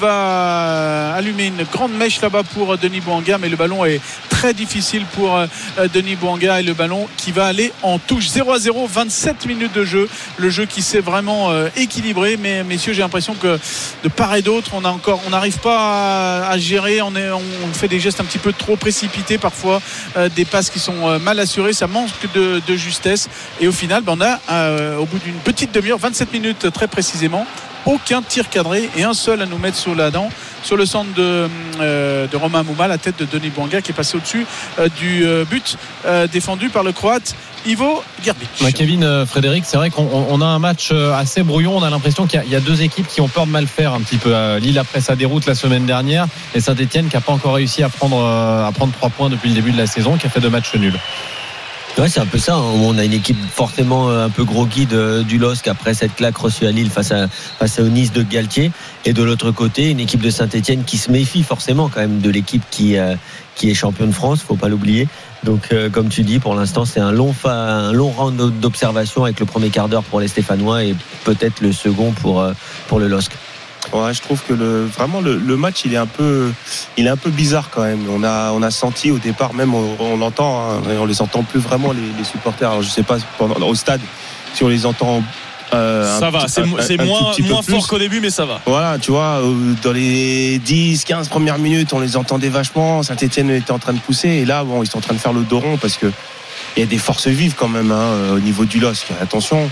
va allumer une grande mèche là-bas pour Denis Bouanga mais le ballon est très difficile pour euh, Denis Bouanga et le ballon qui va aller en touche. Zéro à zéro, vingt-sept minutes de jeu, le jeu qui s'est vraiment euh, équilibré mais messieurs j'ai l'impression que de part et d'autre on a encore on n'arrive pas à, à gérer, on, est, on fait des gestes un petit peu trop précipités parfois, euh, des passes qui sont euh, mal assurées, ça manque de, de justesse et au final ben, on a euh, au bout d'une petite demi-heure, vingt-sept minutes très précisément, aucun tir cadré et un seul à nous mettre sous la dent sur le centre de, euh, de Romain Amouma, la tête de Denis Bouanga qui est passé au-dessus euh, du euh, but euh, défendu par le Croate Ivo Grbić. Bah, Kevin, euh, Frédéric, c'est vrai qu'on on a un match assez brouillon. On a l'impression qu'il y a, il y a deux équipes qui ont peur de mal faire un petit peu. Euh, Lille après sa déroute la semaine dernière et Saint-Etienne qui n'a pas encore réussi à prendre, euh, à prendre trois points depuis le début de la saison, qui a fait deux matchs nuls. Ouais, c'est un peu ça. On a une équipe forcément un peu groggy de, du L O S C après cette claque reçue à Lille face à, face au Nice de Galtier. Et de l'autre côté, une équipe de Saint-Etienne qui se méfie forcément quand même de l'équipe qui, euh, qui est champion de France, faut pas l'oublier. Donc, euh, comme tu dis, pour l'instant, c'est un long, fa- un long round d'observation avec le premier quart d'heure pour les Stéphanois et peut-être le second pour, euh, pour le L O S C. Ouais, je trouve que le, vraiment le, le match il est un peu, il est un peu bizarre quand même. On a, on a senti au départ, même on, on l'entend, hein, on les entend plus vraiment les, les supporters. Alors je sais pas pendant, au stade si on les entend. Euh, ça va, petit, c'est, un, c'est un moins, moins fort qu'au début, mais ça va. Voilà, tu vois, dans les dix quinze premières minutes, on les entendait vachement. Saint-Etienne était en train de pousser et là, bon, ils sont en train de faire le dos rond parce que il y a des forces vives quand même hein, au niveau du L O S C. Attention.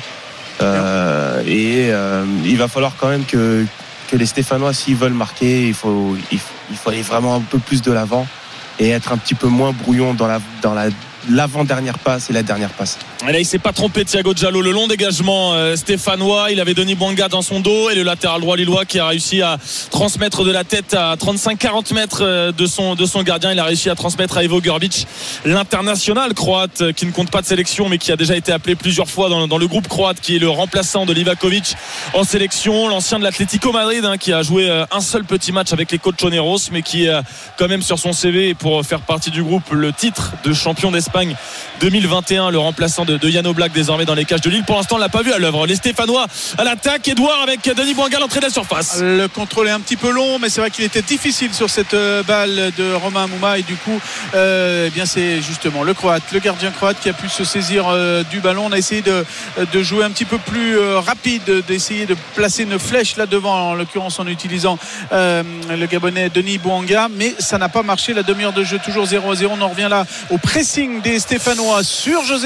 Euh, et euh, il va falloir quand même que que les Stéphanois, s'ils veulent marquer, il faut, il faut, il faut aller vraiment un peu plus de l'avant et être un petit peu moins brouillon dans la, dans la, l'avant-dernière passe et la dernière passe. Et là, il s'est pas trompé, Thiago Diallo. Le long dégagement euh, stéphanois, il avait Denis Bouanga dans son dos et le latéral droit lillois qui a réussi à transmettre de la tête à trente-cinq quarante mètres euh, de son, de son gardien. Il a réussi à transmettre à Ivo Grbić, l'international croate euh, qui ne compte pas de sélection mais qui a déjà été appelé plusieurs fois dans, dans le groupe croate, qui est le remplaçant de Livakovic en sélection, l'ancien de l'Atlético Madrid hein, qui a joué euh, un seul petit match avec les Colchoneros mais qui a quand même sur son C V pour faire partie du groupe le titre de champion d'Espagne deux mille vingt et un, le remplaçant de, de Jan Oblak désormais dans les cages de Lille. Pour l'instant on l'a pas vu à l'œuvre. Les Stéphanois à l'attaque, Edouard avec Denis Bouanga à l'entrée de la surface. Le contrôle est un petit peu long mais c'est vrai qu'il était difficile sur cette balle de Romain Amouma et du coup euh, eh bien c'est justement le Croate, le gardien croate qui a pu se saisir euh, du ballon. On a essayé de, de jouer un petit peu plus euh, rapide, d'essayer de placer une flèche là devant, en l'occurrence en utilisant euh, le Gabonais Denis Bouanga, mais ça n'a pas marché. La demi-heure de jeu toujours zéro à zéro. On en revient là au pressing des Stéphanois sur José Fonte. Oh,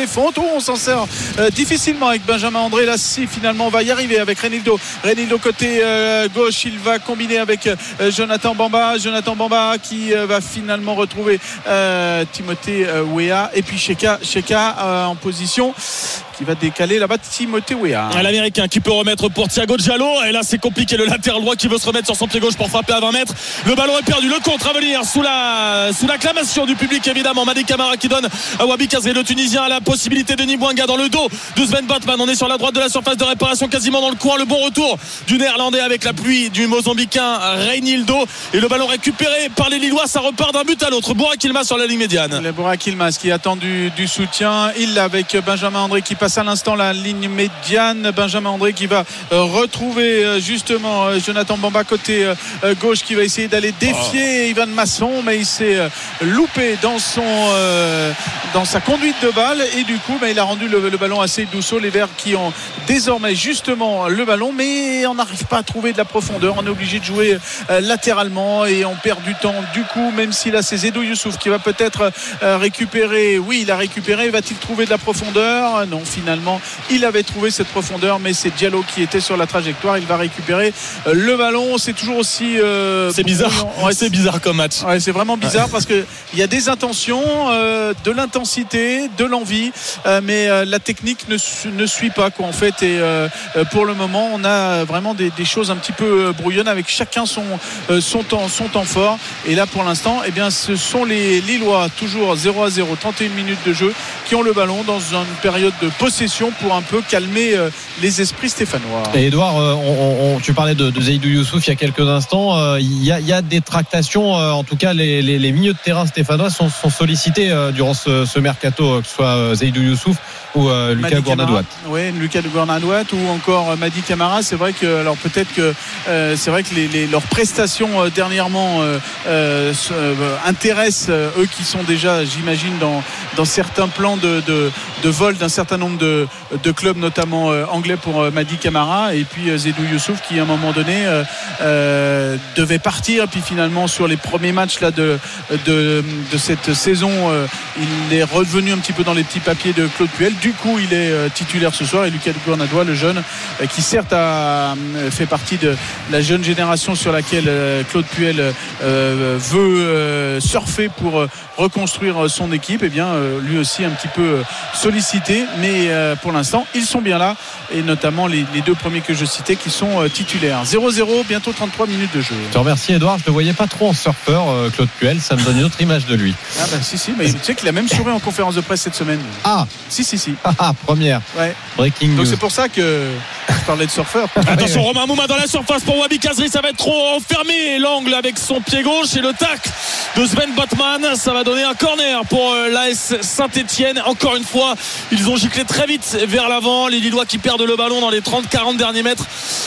on s'en sert euh, difficilement avec Benjamin André. Là, si finalement on va y arriver avec Reinildo. Reinildo côté euh, gauche, il va combiner avec euh, Jonathan Bamba. Jonathan Bamba qui euh, va finalement retrouver euh, Timothée euh, Weah et puis Sheka, Sheka euh, en position qui va décaler là-bas Timothée Weah. L'Américain qui peut remettre pour Thiago Diallo, et là c'est compliqué, le latéral droit qui veut se remettre sur son pied gauche pour frapper à vingt mètres. Le ballon est perdu, le contre à venir sous la sous l'acclamation du public évidemment. Madi Camara qui donne à Wabi Kazri, le Tunisien, à la possibilité de Nibouanga dans le dos de Sven Botman. On est sur la droite de la surface de réparation, quasiment dans le coin. Le bon retour du Néerlandais avec la pluie du Mozambicain Reinildo, et le ballon récupéré par les Lillois. Ça repart d'un but à l'autre. Burak Yilmaz sur la ligne médiane. Le Burak Yilmaz qui attend du, du soutien. Il avec Benjamin André qui passe à l'instant la ligne médiane. Benjamin André qui va euh, retrouver euh, justement euh, Jonathan Bamba côté euh, gauche, qui va essayer d'aller défier oh. Ivan Masson, mais il s'est euh, loupé dans son euh, dans sa conduite de balle, et du coup bah, il a rendu le, le ballon assez douce. Les Verts qui ont désormais justement le ballon, mais on n'arrive pas à trouver de la profondeur. On est obligé de jouer euh, latéralement et on perd du temps du coup, même si là c'est Zedou Youssouf qui va peut-être euh, récupérer. Oui, il a récupéré. Va-t-il trouver de la profondeur? Non, finalement il avait trouvé cette profondeur, mais c'est Diallo qui était sur la trajectoire. Il va récupérer euh, le ballon. C'est toujours aussi euh, c'est bizarre ouais, c'est bizarre comme match. Ouais, c'est vraiment bizarre ouais. Parce qu'il y a des intentions, euh, de l'intensité, de l'envie, euh, mais euh, la technique ne, ne suit pas quoi, en fait, et euh, pour le moment on a vraiment des, des choses un petit peu brouillonnes avec chacun son, euh, son, temps, son temps fort, et là pour l'instant eh bien, ce sont les Lillois toujours zéro à zéro, trente et une minutes de jeu, qui ont le ballon dans une période de possession pour un peu calmer euh, les esprits stéphanois. Et Edouard, euh, on, on, tu parlais de, de Zaïdou Youssouf il y a quelques instants. Il euh, y, y a des tractations, euh, en tout cas les, les, les milieux de terrain stéphanois sont, sont sollicités euh, durant ce, ce mercato, euh, que ce soit euh, Zaïdou Youssouf ou euh, Lucas Gournadouat. Oui, Lucas Gournadouat ou encore euh, Madi Camara. C'est vrai que, alors peut-être que euh, c'est vrai que les, les, leurs prestations euh, dernièrement euh, euh, euh, intéressent euh, eux qui sont déjà, j'imagine, dans, dans certains plans de, de, de vol d'un certain nombre de, de clubs, notamment euh, anglais pour euh, Madi Camara, et puis euh, Zedou Youssouf qui à un moment donné euh, euh, devait partir, puis finalement sur les premiers matchs là, de, de, de cette saison euh, il est revenu un petit peu dans les petits papiers de Claude Puel. Du coup il est euh, titulaire ce soir, et Lucas Gournadouat, le jeune euh, qui certes a euh, fait partie de la jeune génération sur laquelle euh, Claude Puel euh, veut euh, surfer pour euh, reconstruire son équipe, et eh bien euh, lui aussi un petit peu euh, sollicité, mais euh, pour l'instant ils sont bien là, et notamment les, les deux premiers que je citais qui sont euh, titulaires. Zéro zéro, bientôt trente-trois minutes de jeu. Je te remercie Edouard, je ne le voyais pas trop en surfeur, euh, Claude Puel, ça me donne une autre image de lui. Ah bah si si, mais tu sais qu'il a même souri en conférence de presse cette semaine. Ah si si si. Ah, première. Ouais. Breaking Donc news. c'est pour ça que je parlais de surfeur. Attention, Romain Mouma dans la surface pour Wabi Kazri, ça va être trop enfermé, l'angle avec son pied gauche, et le tacle de Sven Botman, ça va donner un corner pour l'A S Saint-Etienne. Encore une fois, ils ont giclé très vite vers l'avant, les Lillois qui perdent le ballon dans les trente à quarante derniers mètres,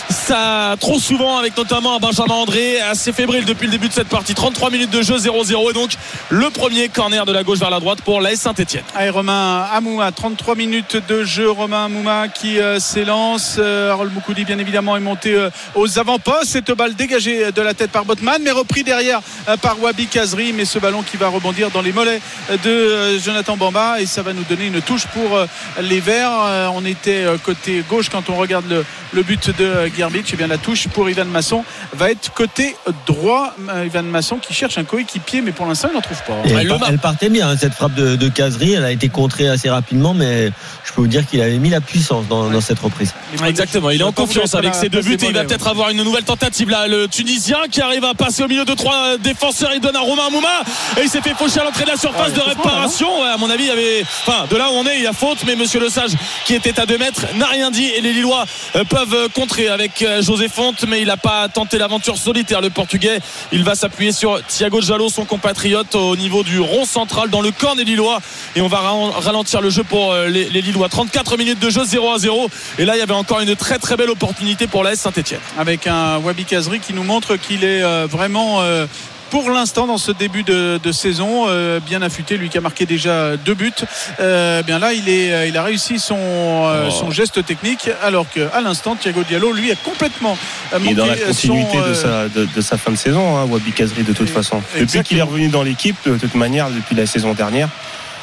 ça trop souvent, avec notamment un Benjamin André assez fébrile depuis le début de cette partie. Trente-trois minutes de jeu, zéro zéro, et donc le premier corner de la gauche vers la droite pour l'A S Saint-Etienne. Allez, Romain Amouma, trente-trois minutes de jeu. Romain Amouma qui euh, s'élance. Euh, Harold Moukoudi bien évidemment est monté euh, aux avant-postes. Cette balle dégagée de la tête par Botman, mais repris derrière euh, par Wabi Kazri, mais ce ballon qui va rebondir dans les mollets de euh, Jonathan Bamba, et ça va nous donner une touche pour euh, les Verts. Euh, on était euh, côté gauche quand on regarde le, le but de euh, Gerbic. Et bien la touche pour Ivan Masson va être côté droit. euh, Ivan Masson qui cherche un coéquipier, mais pour l'instant il n'en trouve pas. Et elle, elle partait bien hein, cette frappe de, de Kazri, elle a été contrée assez rapidement, mais je peux vous dire qu'il avait mis la puissance dans, ouais. dans cette reprise. Exactement, il est en confiance avec ses deux buts, et il va peut-être avoir une nouvelle tentative là. Le Tunisien qui arrive à passer au milieu de trois défenseurs, il donne à Romain Mouma, et il s'est fait faucher à l'entrée de la surface ouais, de réparation. Ouais, à mon avis, il y avait, enfin, de là où on est, il y a faute, mais Monsieur Lesage qui était à deux mètres n'a rien dit, et les Lillois euh, peuvent contrer avec euh, José Fonte, mais il n'a pas tenté l'aventure solitaire, le Portugais. Il va s'appuyer sur Thiago Diallo, son compatriote, au niveau du rond central dans le camp des Lillois, et on va ralentir le jeu pour euh, les, les Lillois. trente-quatre minutes de jeu, zéro à zéro, et là il y avait encore une très très belle opportunité pour l'A S Saint-Etienne, avec un Wabi Kazri qui nous montre qu'il est euh, vraiment euh, pour l'instant dans ce début de, de saison euh, bien affûté, lui qui a marqué déjà deux buts. Euh, bien là il, est, il a réussi son, euh, oh. son geste technique, alors qu'à l'instant Thiago Diallo lui a complètement euh, il est dans la continuité son, euh... de, sa, de, de sa fin de saison, hein, Wabi Kazri, de toute et, façon. Depuis exactement. Qu'il est revenu dans l'équipe, de toute manière, depuis la saison dernière,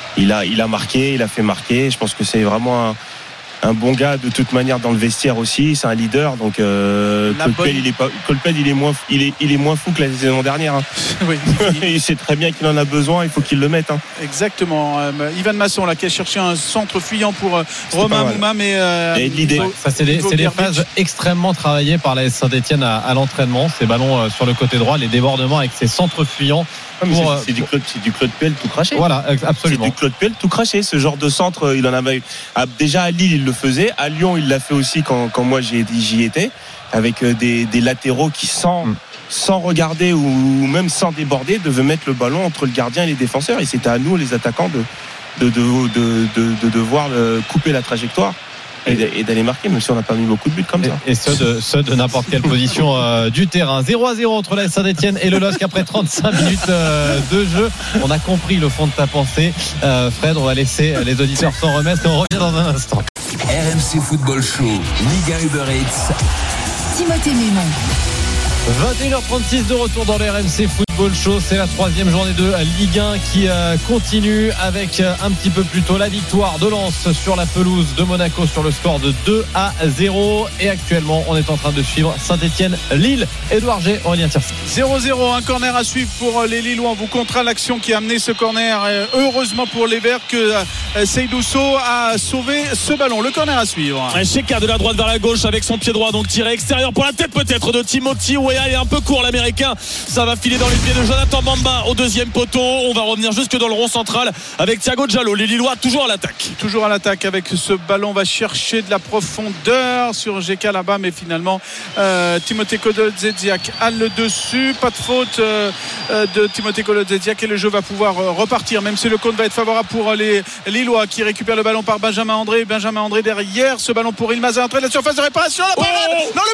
il a, il a marqué, il a fait marquer. Je pense que c'est vraiment un, un bon gars de toute manière dans le vestiaire aussi. C'est un leader. Donc euh, Colpel, bonne... il est pas, Colpel, il est moins, il est, il est moins fou que la saison dernière. Hein. Oui. Il sait très bien qu'il en a besoin. Il faut qu'il le mette. Hein. Exactement. Euh, Ivan Masson là qui a cherché un centre fuyant pour euh, Romain Mouma, mais euh, et l'idée, faut, ça c'est des, c'est des phases extrêmement travaillées par la Saint-Etienne à, à l'entraînement. Ces ballons euh, sur le côté droit, les débordements avec ces centres fuyants. Pour, c'est, c'est, du Claude, c'est du Claude Puel tout craché. Voilà, absolument. C'est du Claude Puel tout craché. Ce genre de centre, il en avait eu. Déjà à Lille, il le faisait. À Lyon, il l'a fait aussi quand, quand moi j'y, j'y étais, avec des, des latéraux qui, sans, mm. sans regarder ou même sans déborder, devaient mettre le ballon entre le gardien et les défenseurs. Et c'était à nous, les attaquants, de, de, de, de, de, de devoir couper la trajectoire. Et d'aller marquer, même si on n'a pas mis beaucoup de buts comme ça. Et, et ceux, de, ceux de n'importe quelle position euh, du terrain. zéro à zéro entre la Saint-Etienne et le L O S C après trente-cinq minutes euh, de jeu. On a compris le fond de ta pensée. Euh, Fred, on va laisser les auditeurs s'en remettre et on revient dans un instant. R M C Football Show, Ligue un Uber Eats. Timothée Mémon. vingt et une heures trente-six de retour dans le R M C Football Show. C'est la troisième journée de Ligue un qui euh, continue avec euh, un petit peu plus tôt la victoire de Lens sur la pelouse de Monaco sur le score de deux à zéro. Et actuellement, on est en train de suivre Saint-Etienne, Lille. Édouard G, Aurélien Tirsi. zéro zéro, un corner à suivre pour les Lillois. On vous comptera l'action qui a amené ce corner. Heureusement pour les Verts que euh, Seydou Sow a sauvé ce ballon. Le corner à suivre. Sheka de la droite vers la gauche avec son pied droit, donc tiré extérieur pour la tête peut-être de Timothy Weah. Il est un peu court l'américain, ça va filer dans les pieds de Jonathan Bamba au deuxième poteau. On va revenir jusque dans le rond central avec Thiago Diallo. Les Lillois toujours à l'attaque. Toujours à l'attaque avec ce ballon, on va chercher de la profondeur sur G K là-bas, mais finalement euh, Timothée Kolodziejczak a le dessus. Pas de faute euh, de Timothée Kolodziejczak et le jeu va pouvoir euh, repartir, même si le compte va être favorable pour les Lillois qui récupèrent le ballon par Benjamin André. Benjamin André derrière, ce ballon pour Yilmaz à l'entrée de la surface de réparation. La parade oh dans le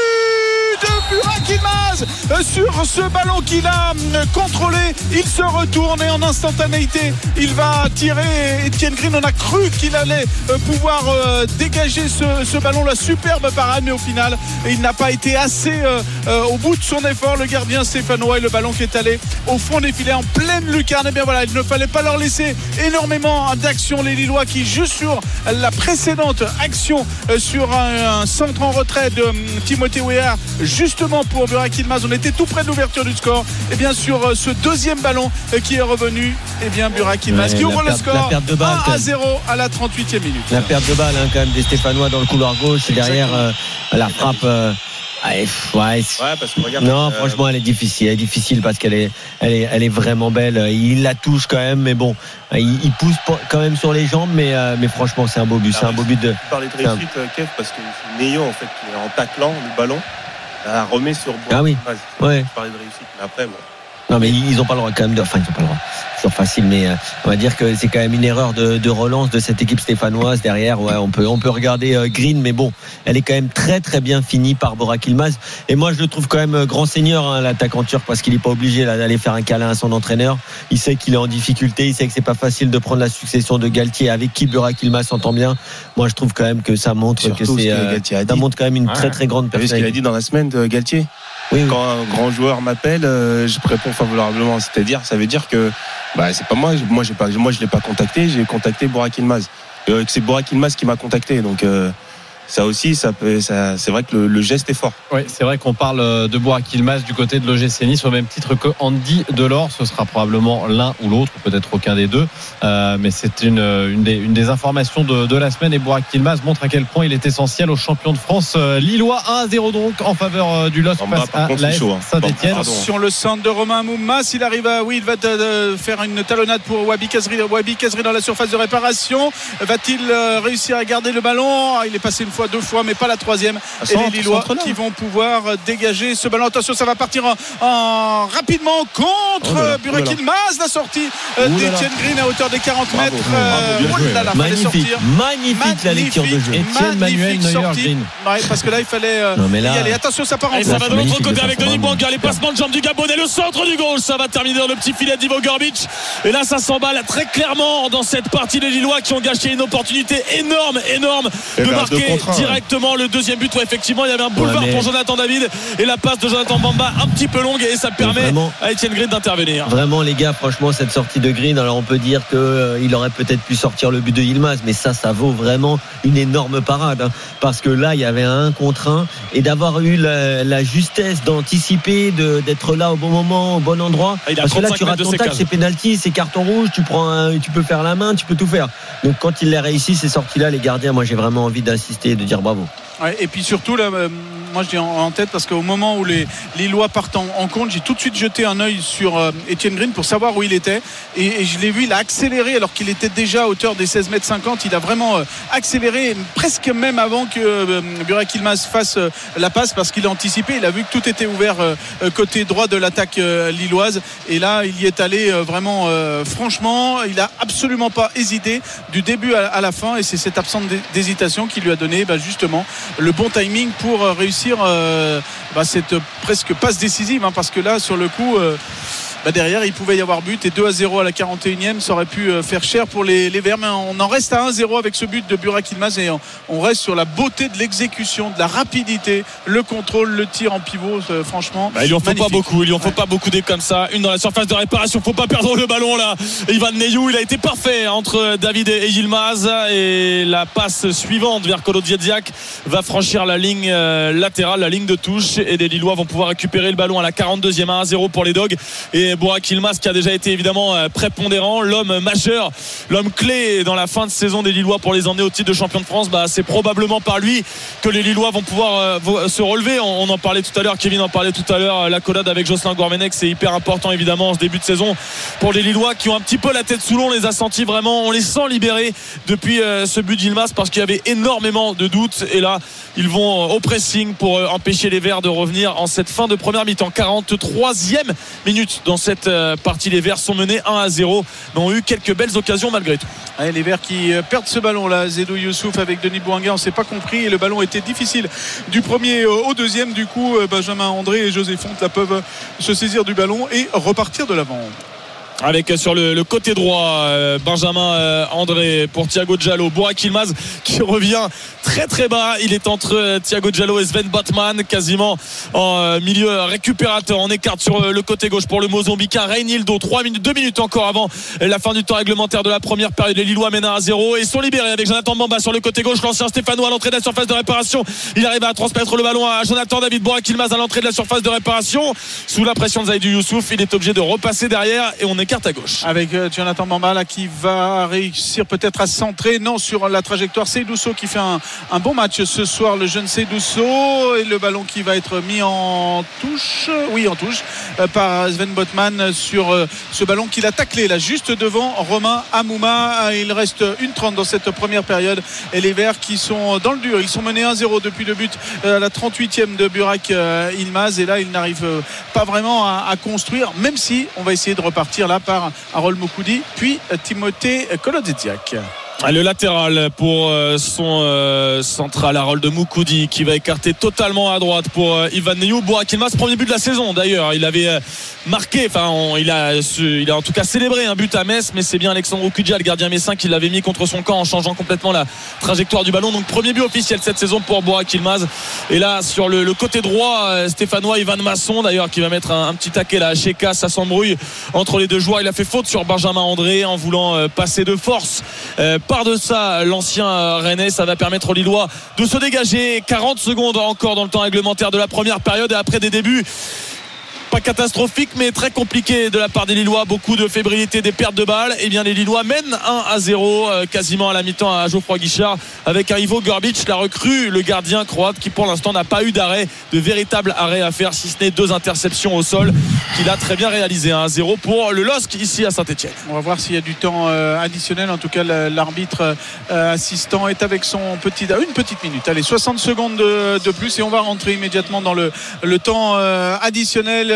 but de Burak Yilmaz sur ce ballon qu'il a contrôlé. Il se retourne et en instantanéité il va tirer. Etienne Green, on a cru qu'il allait pouvoir dégager ce, ce ballon, la superbe parade, mais au final il n'a pas été assez euh, au bout de son effort, le gardien stéphanois, et le ballon qui est allé au fond des filets en pleine lucarne. Et bien voilà, il ne fallait pas leur laisser énormément d'action, les Lillois qui juste sur la précédente action sur un, un centre en retrait de Timothée Weah justement pour Burak Yilmaz, on était tout près de l'ouverture du score. Et bien sûr ce deuxième ballon qui est revenu, et bien Burak Yilmaz ouais, qui ouvre perte, le score de balle, un à zéro à la trente-huitième minute. La perte de balle hein, quand même des Stéphanois dans le couloir gauche et derrière euh, la frappe euh, ouais, ouais, ouais parce que regarde, non euh... franchement elle est difficile elle est difficile parce qu'elle est, elle est, elle est vraiment belle. Il la touche quand même, mais bon il, il pousse quand même sur les jambes, mais, euh, mais franchement c'est un beau but. Ah, c'est un beau but de. Tu parlais de réussite un... Kev, parce que c'est Neyo en fait qui est en taclant le ballon, elle remet sur ah oui ouais. Je parlais de réussite, mais après bon. Non mais ils n'ont pas le droit quand même de... Enfin ils n'ont pas le droit, c'est toujours facile, mais euh, on va dire que c'est quand même une erreur de, de relance de cette équipe stéphanoise derrière. Ouais, on peut, on peut regarder euh, Green, mais bon, elle est quand même très très bien finie par Burak Yilmaz. Et moi je le trouve quand même euh, grand seigneur hein, l'attaquant turc, parce qu'il n'est pas obligé là, d'aller faire un câlin à son entraîneur. Il sait qu'il est en difficulté, il sait que c'est pas facile de prendre la succession de Galtier avec qui Burak Yilmaz s'entend bien. Moi je trouve quand même que ça montre Surtout que c'est euh, que ça montre quand même une ouais. très très grande personnalité. T'as vu ce qu'il a dit dans la semaine de Galtier? Oui, oui. Quand un grand joueur m'appelle, euh, je réponds favorablement. C'est-à-dire, ça veut dire que bah, c'est pas moi. Moi, j'ai pas, moi, je l'ai pas contacté. J'ai contacté Burak Yilmaz. Euh, c'est Burak Yilmaz qui m'a contacté. Donc euh, ça aussi, ça peut, ça, c'est vrai que le, le geste est fort. Oui, c'est vrai qu'on parle de Burak Yilmaz du côté de l'O G C Nice au même titre que Andy Delors. Ce sera probablement l'un ou l'autre, ou peut-être aucun des deux. Euh, mais c'est une, une, des, une des informations de, de la semaine. Et Burak Yilmaz montre à quel point il est essentiel aux champions de France euh, lillois. un à zéro donc en faveur du L O S C face à l'A S Saint-Etienne. Sur le centre de Romain Mouma, s'il arrive à, oui, il va de, de faire une talonnade pour Wabi Kazri. Wabi Kazri dans la surface de réparation. Va-t-il euh, réussir à garder le ballon? Il est passé une fois, deux fois, mais pas la troisième. Ah, et les Lillois qui vont pouvoir dégager ce ballon. Attention, ça va partir en, en rapidement contre oh Burak Yilmaz. La sortie euh, d'Etienne Green à hauteur des quarante bravo, mètres. Bravo, euh, là, là, magnifique, magnifique, magnifique la lecture de jeu. Etienne Manuel Neuer. Ouais, parce que là, il fallait euh, non, là, y aller. Attention, ça part en. Et ça va de l'autre côté avec Denis Bouanga. Les passements de jambes du Gabonais, le centre du gauche. Ça va terminer dans le petit filet d'Ivo Gorbic. Et là, ça s'emballe très clairement dans cette partie des Lillois qui ont gâché une opportunité énorme, énorme de marquer directement le deuxième but. Ouais, effectivement, il y avait un boulevard ouais, mais... pour Jonathan David et la passe de Jonathan Bamba un petit peu longue et ça permet vraiment, à Étienne Green d'intervenir. Vraiment, les gars, franchement, cette sortie de Green, alors on peut dire qu'il euh, aurait peut-être pu sortir le but de Yilmaz, mais ça, ça vaut vraiment une énorme parade hein, parce que là, il y avait un contre un et d'avoir eu la, la justesse d'anticiper, de, d'être là au bon moment, au bon endroit. Ah, parce que là, tu rates ton tacle, c'est pénalty, c'est carton rouge, tu prends, un, tu peux faire la main, tu peux tout faire. Donc quand il l'a réussi, ces sorties-là, les gardiens, moi, j'ai vraiment envie d'insister et de dire bravo. Ouais, et puis surtout là, euh, moi je dis en, en tête parce qu'au moment où les Lillois partent en, en compte, j'ai tout de suite jeté un œil sur euh, Étienne Green pour savoir où il était et, et je l'ai vu, il a accéléré alors qu'il était déjà à hauteur des seize mètres cinquante. Il a vraiment euh, accéléré presque même avant que euh, Burak Yilmaz fasse euh, la passe parce qu'il a anticipé, il a vu que tout était ouvert euh, côté droit de l'attaque euh, lilloise et là il y est allé euh, vraiment euh, franchement, il a absolument pas hésité du début à, à la fin et c'est cette absence d'hésitation qui lui a donné bah, justement le bon timing pour réussir euh, bah, cette presque passe décisive hein, parce que là sur le coup euh, bah derrière il pouvait y avoir but et deux à zéro à la quarante et unième ça aurait pu faire cher pour les, les Verts mais on en reste à un zéro avec ce but de Burak Yilmaz et on, on reste sur la beauté de l'exécution, de la rapidité, le contrôle, le tir en pivot euh, franchement bah, il lui en faut pas beaucoup, il lui en faut ouais. pas beaucoup des comme ça, une dans la surface de réparation, faut pas perdre le ballon là. Ivan Neyou, il a été parfait entre David et Yilmaz et la passe suivante vers Kolo Djedjiak va franchir la ligne euh, latérale, la ligne de touche et les Lillois vont pouvoir récupérer le ballon à la quarante-deuxième, un à zéro pour les Dogs et Burak Yilmaz qui a déjà été évidemment prépondérant, l'homme majeur, l'homme clé dans la fin de saison des Lillois pour les emmener au titre de champion de France, bah, c'est probablement par lui que les Lillois vont pouvoir euh, se relever. On, on en parlait tout à l'heure, Kevin en parlait tout à l'heure, l'accolade avec Jocelyn Gourvenec c'est hyper important évidemment en ce début de saison pour les Lillois qui ont un petit peu la tête sous l'eau, on les a sentis vraiment, on les sent libérés depuis euh, ce but d'Yilmaz parce qu'il y avait énormément de doutes et là ils vont au pressing pour euh, empêcher les Verts de revenir en cette fin de première mi-temps. quarante-troisième minute dans cette euh, partie, les Verts sont menés un à zéro mais ont eu quelques belles occasions malgré tout. Allez, les Verts qui perdent ce ballon là, Zedou Youssouf avec Denis Bouanga, on ne s'est pas compris et le ballon était difficile du premier au deuxième, du coup Benjamin André et José Fonte là, peuvent se saisir du ballon et repartir de l'avant. Avec sur le, le côté droit euh, Benjamin euh, André pour Thiago Diallo, Burak Yilmaz qui revient très très bas, il est entre euh, Thiago Diallo et Sven Botman quasiment en euh, milieu récupérateur, on écarte sur euh, le côté gauche pour le Mozambicain Reinildo, trois minutes, deux minutes encore avant euh, la fin du temps réglementaire de la première période, les Lillois mènent un à zéro et sont libérés avec Jonathan Bamba sur le côté gauche, l'ancien Stéphanois à l'entrée de la surface de réparation, il arrive à transmettre le ballon à Jonathan David. Burak Yilmaz à l'entrée de la surface de réparation sous la pression de Zaïdou Youssouf, il est obligé de repasser derrière et on écarte à gauche avec euh, Jonathan Bamba là, qui va réussir peut-être à se centrer non sur la trajectoire. Seydou Sow qui fait un, un bon match ce soir, le jeune Seydou Sow, et le ballon qui va être mis en touche oui en touche euh, par Sven Botman sur euh, ce ballon qu'il a taclé là juste devant Romain Amouma. Il reste une trente dans cette première période et les Verts qui sont dans le dur, ils sont menés un zéro depuis le but euh, à la trente-huitième de Burak euh, Yilmaz et là ils n'arrivent euh, pas vraiment à, à construire, même si on va essayer de repartir là par Harold Moukoudi puis Timothée Kolo Djedjiak. Le latéral pour son euh, central Harold Moukoudi qui va écarter totalement à droite pour euh, Ivan Neyou. Burak Yilmaz, premier but de la saison d'ailleurs, il avait euh, marqué, enfin on, il, a, il a en tout cas célébré un but à Metz, mais c'est bien Alexandre Okudja, le gardien messin, qui l'avait mis contre son camp en changeant complètement la trajectoire du ballon. Donc premier but officiel cette saison pour Burak Yilmaz. Et là sur le, le côté droit, euh, Stéphanois Ivan Masson d'ailleurs qui va mettre un, un petit taquet là à Cheka, ça s'embrouille entre les deux joueurs, il a fait faute sur Benjamin André en voulant euh, passer de force euh, par de ça l'ancien Rennais. Ça va permettre aux Lillois de se dégager. Quarante secondes encore dans le temps réglementaire de la première période et après des débuts pas catastrophique mais très compliqué de la part des Lillois, beaucoup de fébrilité, des pertes de balles, et bien les Lillois mènent un à zéro euh, quasiment à la mi-temps à Geoffroy Guichard avec un Ivo Grbić, la recrue, le gardien croate qui pour l'instant n'a pas eu d'arrêt, de véritable arrêt à faire, si ce n'est deux interceptions au sol qu'il a très bien réalisé. Un à zéro pour le L O S C ici à Saint-Etienne. On va voir s'il y a du temps euh, additionnel, en tout cas l'arbitre euh, assistant est avec son petit, une petite minute, allez soixante secondes de, de plus et on va rentrer immédiatement dans le, le temps euh, additionnel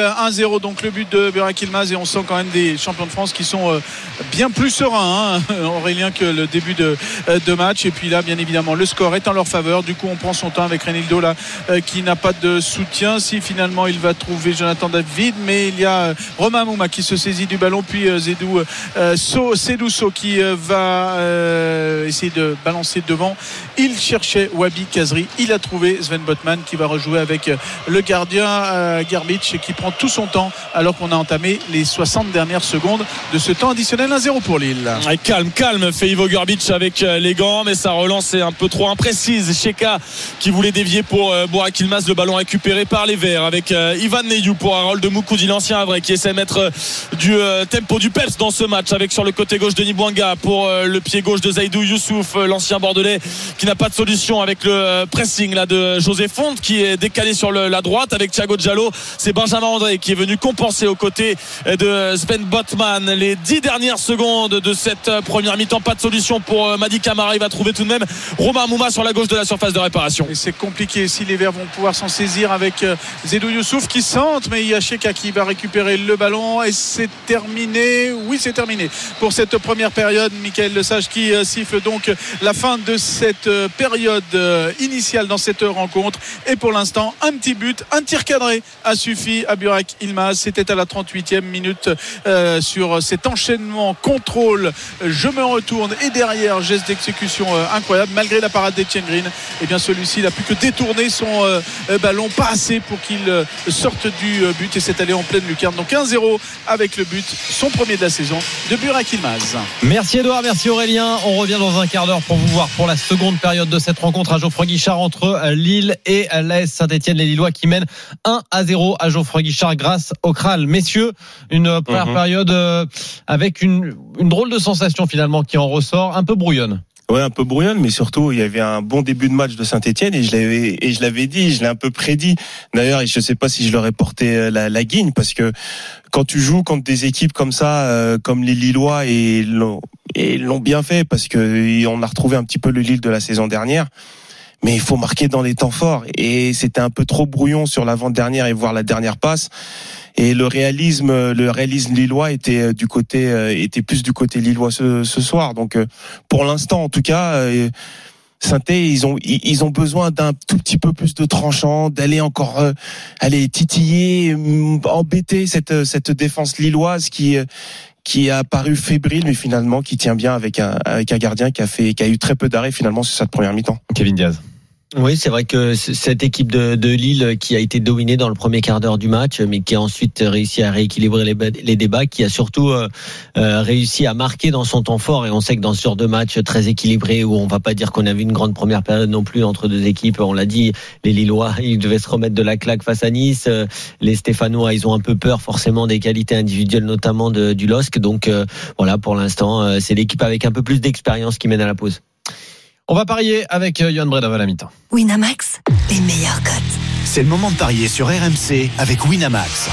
un zéro, donc le but de Burak Yılmaz, et on sent quand même des champions de France qui sont bien plus sereins, hein, Aurélien, que le début de, de match. Et puis là, bien évidemment, le score est en leur faveur. Du coup, on prend son temps avec Renildo là, qui n'a pas de soutien. Si finalement il va trouver Jonathan David, mais il y a Romain Mouma qui se saisit du ballon, puis Zedou euh, So, Sedou So qui euh, va euh, essayer de balancer devant. Il cherchait Wabi Kazri, il a trouvé Sven Botman qui va rejouer avec le gardien euh, Garbic, qui prend tout son temps alors qu'on a entamé les soixante dernières secondes de ce temps additionnel. Un zéro pour Lille. Ouais, calme, calme fait Ivo Garbic avec les gants, mais sa relance est un peu trop imprécise. Sheka qui voulait dévier pour euh, Burak Yılmaz, le ballon récupéré par les Verts avec euh, Ivan Neyou pour Harold Moukoudi, l'ancien Havre, qui essaie de mettre euh, du euh, tempo, du peps dans ce match, avec sur le côté gauche Denis Bouanga pour euh, le pied gauche de Zaïdou Youssouf, euh, l'ancien bordelais, qui n'a pas de solution avec le euh, pressing là de José Fonte, qui est décalé sur le, la droite avec Thiago Diallo. C'est Benjamin André qui est venu compenser aux côtés de Sven Botman. Les dix dernières secondes de cette première mi-temps, pas de solution pour euh, Madi Camara. Il va trouver tout de même Romain Mouma sur la gauche de la surface de réparation. Et c'est compliqué si les Verts vont pouvoir s'en saisir avec euh, Zedou Youssouf qui centre, mais il y a Sheka qui va récupérer le ballon, et c'est terminé. Oui, c'est terminé pour cette première période. Mickaël Lesage qui euh, siffle donc la fin de cette euh, période euh, initiale dans cette rencontre. Et pour l'instant, un petit but, un tir cadré a suffi à Burak Yılmaz. C'était à la trente-huitième minute euh, sur cet enchaînement contrôle, je me retourne, et derrière geste d'exécution euh, incroyable malgré la parade d'Etienne Green. Et bien celui-ci n'a plus que détourné son euh, ballon, pas assez pour qu'il euh, sorte du euh, but, et c'est allé en pleine lucarne. Donc un zéro avec le but, son premier de la saison, de Burak Yılmaz. Merci Edouard, merci Aurélien. On revient dans un quart d'heure pour vous voir pour la seconde période de cette rencontre à Geoffroy Guichard entre Lille et l'A S Saint-Etienne. Les Lillois qui mènent un à zéro à Geoffroy Guichard grâce au C R A L. Messieurs, une première mmh. période euh, avec une, une drôle de sensation finalement qui en ressort, un peu brouillonne. Ouais, un peu brouillonne, mais surtout il y avait un bon début de match de Saint-Etienne, et je l'avais et je l'avais dit, je l'ai un peu prédit. D'ailleurs, je sais pas si je leur ai porté la, la guigne, parce que quand tu joues contre des équipes comme ça, euh, comme les Lillois, et l'ont, et l'ont bien fait, parce que on a retrouvé un petit peu le Lille de la saison dernière. Mais il faut marquer dans les temps forts, et c'était un peu trop brouillon sur l'avant-dernière et voire la dernière passe. Et le réalisme, le réalisme lillois était du côté, était plus du côté lillois ce, ce soir. Donc, pour l'instant, en tout cas, Saint-Étienne, ils ont, ils ont besoin d'un tout petit peu plus de tranchant, d'aller encore, euh, aller titiller, embêter cette, cette défense lilloise qui, qui a paru fébrile, mais finalement qui tient bien avec un, avec un gardien qui a fait, qui a eu très peu d'arrêts finalement sur cette première mi-temps. Kevin Diaz. Oui, c'est vrai que cette équipe de, de Lille qui a été dominée dans le premier quart d'heure du match, mais qui a ensuite réussi à rééquilibrer les, les débats, qui a surtout euh, réussi à marquer dans son temps fort. Et on sait que dans ce genre de match très équilibré, où on va pas dire qu'on a vu une grande première période non plus entre deux équipes, on l'a dit, les Lillois, ils devaient se remettre de la claque face à Nice. Les Stéphanois, ils ont un peu peur forcément des qualités individuelles, notamment de, du L O S C. Donc euh, voilà, pour l'instant, c'est l'équipe avec un peu plus d'expérience qui mène à la pause. On va parier avec Johan Bredov à la mi-temps. Winamax, les meilleurs cotes. C'est le moment de parier sur R M C avec Winamax.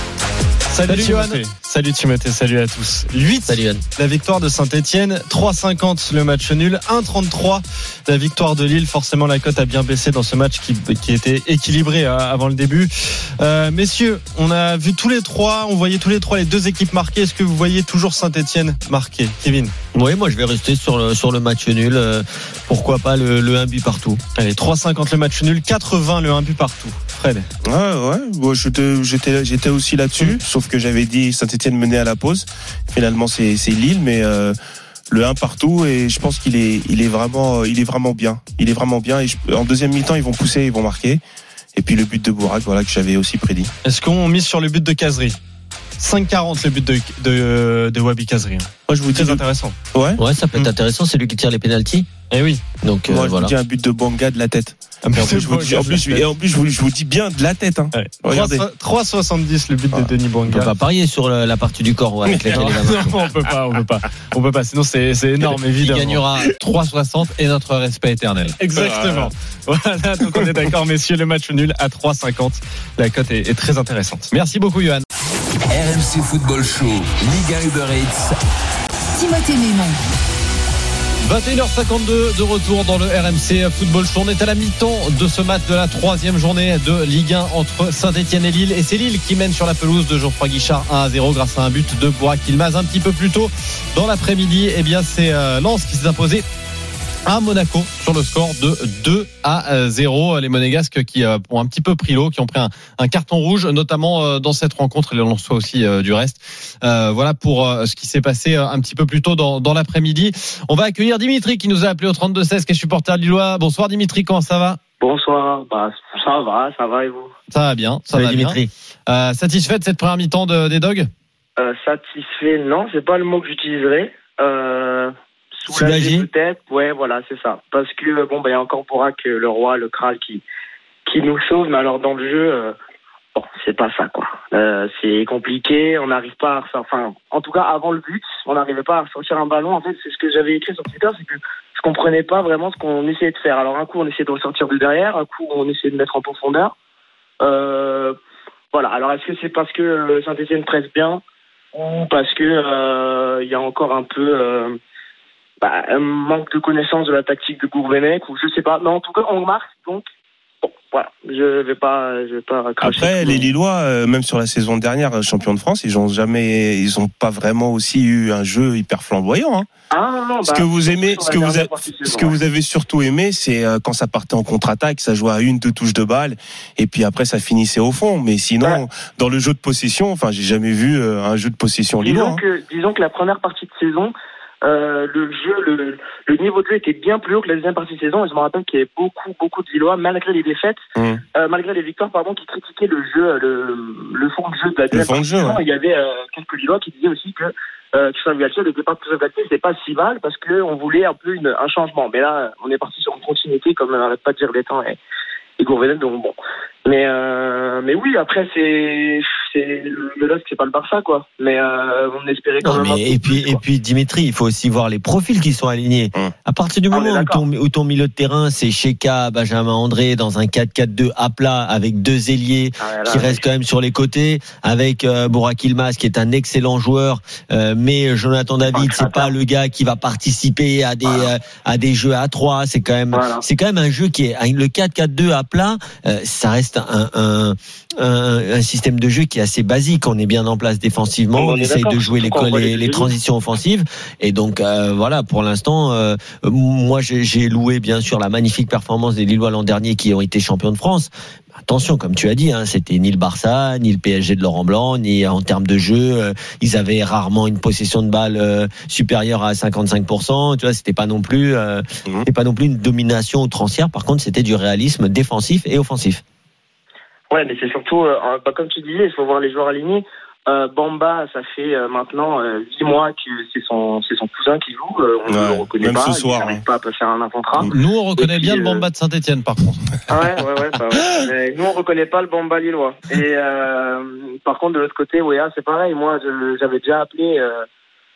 Salut, salut Johan. Salut Timothée, salut à tous. huit, salut Johan. La victoire de Saint-Etienne, trois cinquante le match nul, un trente-trois la victoire de Lille. Forcément la cote a bien baissé dans ce match qui, qui était équilibré avant le début. Euh, messieurs, on a vu tous les trois, on voyait tous les trois les deux équipes marquées. Est-ce que vous voyez toujours Saint-Etienne marqué, Kevin? Oui, moi je vais rester sur le, sur le match nul. Euh, pourquoi pas le, le un but partout. Allez, trois cinquante le match nul, quatre-vingts le un but partout. Fred? Ouais, ouais, bon, j'étais, j'étais, j'étais aussi là-dessus, mmh. sauf que j'avais dit Saint-Etienne menait à la pause. Finalement, c'est, c'est Lille, mais euh, le un partout, et je pense qu'il est, il est vraiment, il est vraiment bien. Il est vraiment bien. Et je, en deuxième mi-temps, ils vont pousser, ils vont marquer. Et puis le but de Bourak, voilà, que j'avais aussi prédit. Est-ce qu'on mise sur le but de Kazri? cinq quarante le but de, de, de Wabi Kazri. Moi, je vous dis. Très intéressant. Ouais. Ouais, ça peut être mmh. intéressant. C'est lui qui tire les pénaltys. Eh oui. Donc, moi, euh, je voilà. vous dis un but de Bouanga de la tête. Ah, en plus, je vous dis, en plus, et en plus, je vous, je vous dis bien de la tête, hein. Ouais. Regardez. trois soixante-dix le but ah. de Denis Bouanga. On peut pas parier sur la partie du corps, ouais, avec laquelle il a marqué. Non, on peut pas, on peut pas. On peut pas. Sinon, c'est, c'est énorme, évidemment. Il gagnera trois soixante et notre respect éternel. Exactement. Voilà. Donc, on est d'accord, messieurs, le match nul à trois cinquante. La cote est, est très intéressante. Merci beaucoup, Johan. R M C Football Show, Liga Uber Eats. Timothée Mémon. vingt et une heures cinquante-deux de retour dans le R M C Football Show. On est à la mi-temps de ce match de la troisième journée de Ligue un entre Saint-Etienne et Lille. Et c'est Lille qui mène sur la pelouse de Geoffroy Guichard un à zéro grâce à un but de Burak Yilmaz. Un petit peu plus tôt dans l'après-midi, eh bien c'est Lens qui s'est imposé à Monaco sur le score de deux à zéro. Les Monégasques qui ont un petit peu pris l'eau, qui ont pris un, un carton rouge, notamment dans cette rencontre, et l'on soit aussi du reste. Euh, voilà pour ce qui s'est passé un petit peu plus tôt dans, dans l'après-midi. On va accueillir Dimitri qui nous a appelé au trente-deux seize, qui est supporter lillois. Bonsoir Dimitri, comment ça va ? Bonsoir, bah, ça va, ça va et vous ? Ça va bien, ça Salut va Dimitri. bien. Euh, satisfait de cette première mi-temps de, des Dogs ? euh, Satisfait, non, c'est pas le mot que j'utiliserais. Euh... Soulagé peut-être, ouais, voilà, c'est ça. Parce que bon, ben, il y a encore Burak, le roi, le Kral qui qui nous sauve, mais alors dans le jeu, euh, bon, c'est pas ça quoi. Euh, c'est compliqué, on n'arrive pas à ressortir. Enfin, en tout cas, avant le but, on n'arrivait pas à ressortir un ballon. En fait, c'est ce que j'avais écrit sur Twitter, c'est que je comprenais pas vraiment ce qu'on essayait de faire. Alors un coup, on essayait de ressortir de derrière, un coup, on essayait de mettre en profondeur. Euh, voilà. Alors est-ce que c'est parce que Saint-Etienne presse bien ou parce que il euh, y a encore un peu euh, Bah, un manque de connaissance de la tactique de Gourvenec ou je sais pas, mais en tout cas on marque, donc bon, voilà, je vais pas je vais pas cracher. Après les Lillois euh, même sur la saison dernière champion de France, ils ont jamais ils ont pas vraiment aussi eu un jeu hyper flamboyant hein. Ah non, non, ce bah, que vous aimez ce que vous a, saison, ce que ouais. vous avez surtout aimé c'est euh, quand ça partait en contre-attaque, ça jouait à une deux touches de balle et puis après ça finissait au fond, mais sinon ouais. Dans le jeu de possession, enfin j'ai jamais vu euh, un jeu de possession Lillois. Disons que hein. disons que la première partie de saison Euh, le jeu, le, le niveau de jeu était bien plus haut que la deuxième partie de saison. Et je me rappelle qu'il y avait beaucoup, beaucoup de Lillois, malgré les défaites, mmh. euh, malgré les victoires, pardon, qui critiquaient le jeu, le, le fond de jeu de la deuxième partie de saison. Ouais. Il y avait euh, quelques Lillois qui disaient aussi que euh, Christophe Galtier, le départ de Christophe Galtier, c'était pas si mal parce qu'on voulait un peu une, un changement. Mais là, on est parti sur une continuité, comme on n'arrête pas de dire des temps et, et Gourvenec, donc bon. Mais euh, mais oui, après c'est c'est le L O S C, c'est pas le Barça quoi. Mais euh, on espérait quand non, même. Mais et puis plus, et puis Dimitri, il faut aussi voir les profils qui sont alignés. Hum. À partir du moment où ton, où ton milieu de terrain c'est Cheka, Benjamin André dans un quatre quatre deux à plat avec deux ailiers ah, là, qui restent quand même sur les côtés, avec euh, Burak Yilmaz qui est un excellent joueur, euh, mais Jonathan David c'est pas le gars qui va participer à des voilà. euh, à des jeux à trois. C'est quand même voilà. c'est quand même un jeu qui est le quatre quatre deux à plat. Euh, ça reste un, un, un, un système de jeu qui est assez basique. On est bien en place défensivement, on, on essaye de jouer les, les, les transitions offensives. Et donc euh, voilà, pour l'instant, euh, moi j'ai, j'ai loué bien sûr la magnifique performance des Lillois l'an dernier qui ont été champions de France. Attention, comme tu as dit, hein, c'était ni le Barça, ni le P S G de Laurent Blanc, ni en termes de jeu, euh, ils avaient rarement une possession de balle euh, supérieure à cinquante-cinq pour cent. Tu vois, c'était pas non plus, euh, mmh. c'était pas non plus une domination outrancière. Par contre, c'était du réalisme défensif et offensif. Ouais, mais c'est surtout, euh, bah, comme tu disais, il faut voir les joueurs alignés. Euh, Bamba, ça fait euh, maintenant huit euh, mois que c'est son, c'est son cousin qui joue. Euh, on ne ouais, le reconnaît même pas. Ce soir, il n'arrive hein. pas à faire un infantrat. Nous, on reconnaît puis, bien euh... le Bamba de Saint-Etienne, par contre. Ah ouais, ouais, ouais. Bah ouais. Mais nous, on reconnaît pas le Bamba lillois. Et euh, par contre, de l'autre côté, Wea, c'est pareil. Moi, je, j'avais déjà appelé. Euh,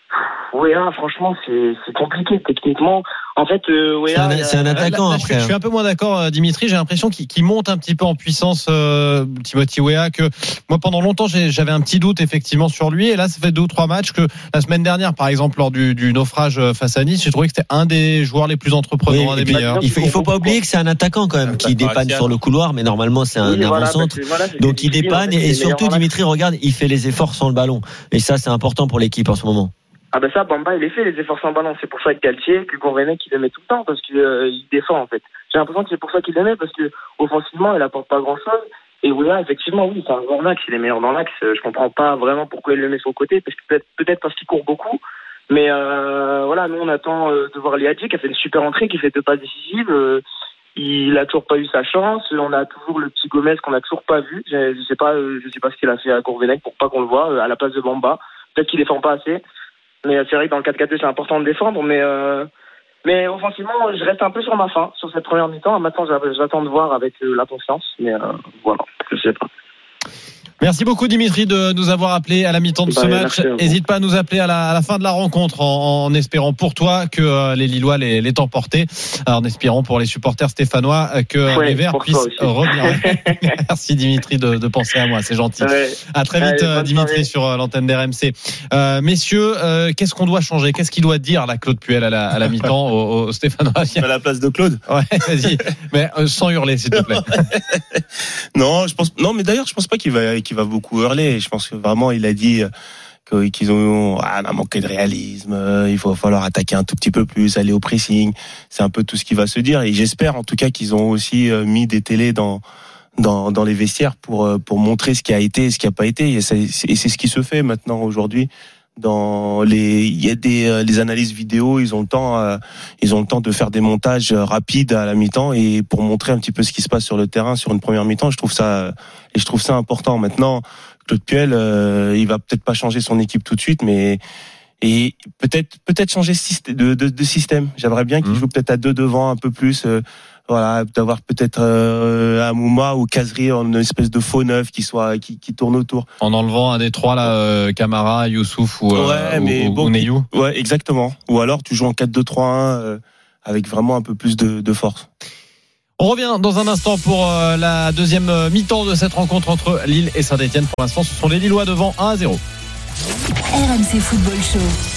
Wea, franchement, c'est, c'est compliqué techniquement. En fait, euh, Wea, c'est, un, c'est un attaquant. Là, là, après. Je, je suis un peu moins d'accord, euh, Dimitri. J'ai l'impression qu'il, qu'il monte un petit peu en puissance, euh, Timothy Weah. Que moi, pendant longtemps, j'ai, j'avais un petit doute effectivement sur lui. Et là, ça fait deux ou trois matchs que la semaine dernière, par exemple, lors du, du naufrage face à Nice, j'ai trouvé que c'était un des joueurs les plus entreprenants, oui, un des meilleurs. Il faut, il faut pas oublier que c'est un attaquant quand même qui dépanne sur le couloir, mais normalement c'est un oui, avant-centre. Voilà, voilà, donc il dépanne et, et surtout Dimitri, regarde, il fait les efforts sans le ballon. Et ça, c'est important pour l'équipe en ce moment. Ah ben ça, Bamba, il est fait les efforts sans ballon. C'est pour ça que Galtier, que Gourvenec, il le met tout le temps parce qu'il euh, défend en fait. J'ai l'impression que c'est pour ça qu'il le met parce que offensivement, il apporte pas grand-chose. Et Wea, effectivement, oui, c'est un joueur dans l'axe, il est meilleur dans l'axe. Je comprends pas vraiment pourquoi il le met sur le côté, parce que peut-être, peut-être parce qu'il court beaucoup. Mais euh, voilà, nous on attend euh, de voir Liadji qui a fait une super entrée, qui fait deux passes décisives. Euh, il a toujours pas eu sa chance. On a toujours le petit Gomez qu'on a toujours pas vu. Je, je sais pas, euh, je sais pas ce qu'il a fait à Gourvenec pour pas qu'on le voit euh, à la place de Bamba. Peut-être qu'il défend pas assez. Mais c'est vrai que dans le quatre quatre deux, c'est important de défendre. Mais, euh, mais offensivement, je reste un peu sur ma faim sur cette première mi-temps. Maintenant, j'attends de voir avec euh, la confiance. Mais euh, voilà, je sais pas. Merci beaucoup Dimitri de nous avoir appelé à la mi-temps de bah, ce match. N'hésite pas à nous appeler à la, à la fin de la rencontre en, en espérant pour toi que euh, les Lillois les, les t'emportent. En espérant pour les supporters stéphanois que ouais, les Verts puissent revenir. Merci Dimitri de, de penser à moi, c'est gentil. Ouais. À très vite Allez, Dimitri sur euh, l'antenne d'R M C. Euh, messieurs, euh, qu'est-ce qu'on doit changer? Qu'est-ce qu'il doit dire la Claude Puel à la, à la mi-temps au, au Stéphanois? À la place de Claude. Ouais, vas-y. Mais euh, sans hurler s'il te plaît. non, je pense non mais d'ailleurs je pense pas qu'il va qui va beaucoup hurler. Je pense que vraiment, il a dit qu'ils ont ah, on a manqué de réalisme. Il va falloir attaquer un tout petit peu plus, aller au pressing. C'est un peu tout ce qui va se dire. Et j'espère en tout cas qu'ils ont aussi mis des télés dans dans, dans les vestiaires pour pour montrer ce qui a été et ce qui a pas été. Et c'est, et c'est ce qui se fait maintenant aujourd'hui. Dans les, il y a des les analyses vidéo, ils ont le temps, euh, ils ont le temps de faire des montages rapides à la mi-temps et pour montrer un petit peu ce qui se passe sur le terrain sur une première mi-temps. Je trouve ça et je trouve ça important. Maintenant, Claude Puel, euh, il va peut-être pas changer son équipe tout de suite, mais et peut-être peut-être changer de, de, de système. J'aimerais bien qu'il mmh. joue peut-être à deux devant un peu plus. Euh, Voilà, d'avoir peut-être euh, Amouma ou Kazri en une espèce de faux neuf qui soit qui, qui tourne autour. En enlevant un des trois là, euh, Camara, Youssouf ou euh, ouais, mais ou, bon, ou Neyou. Ouais, exactement. Ou alors tu joues en quatre deux trois un euh, avec vraiment un peu plus de, de force. On revient dans un instant pour euh, la deuxième mi-temps de cette rencontre entre Lille et Saint-Etienne. Pour l'instant, ce sont les Lillois devant un à zéro. R M C Football Show.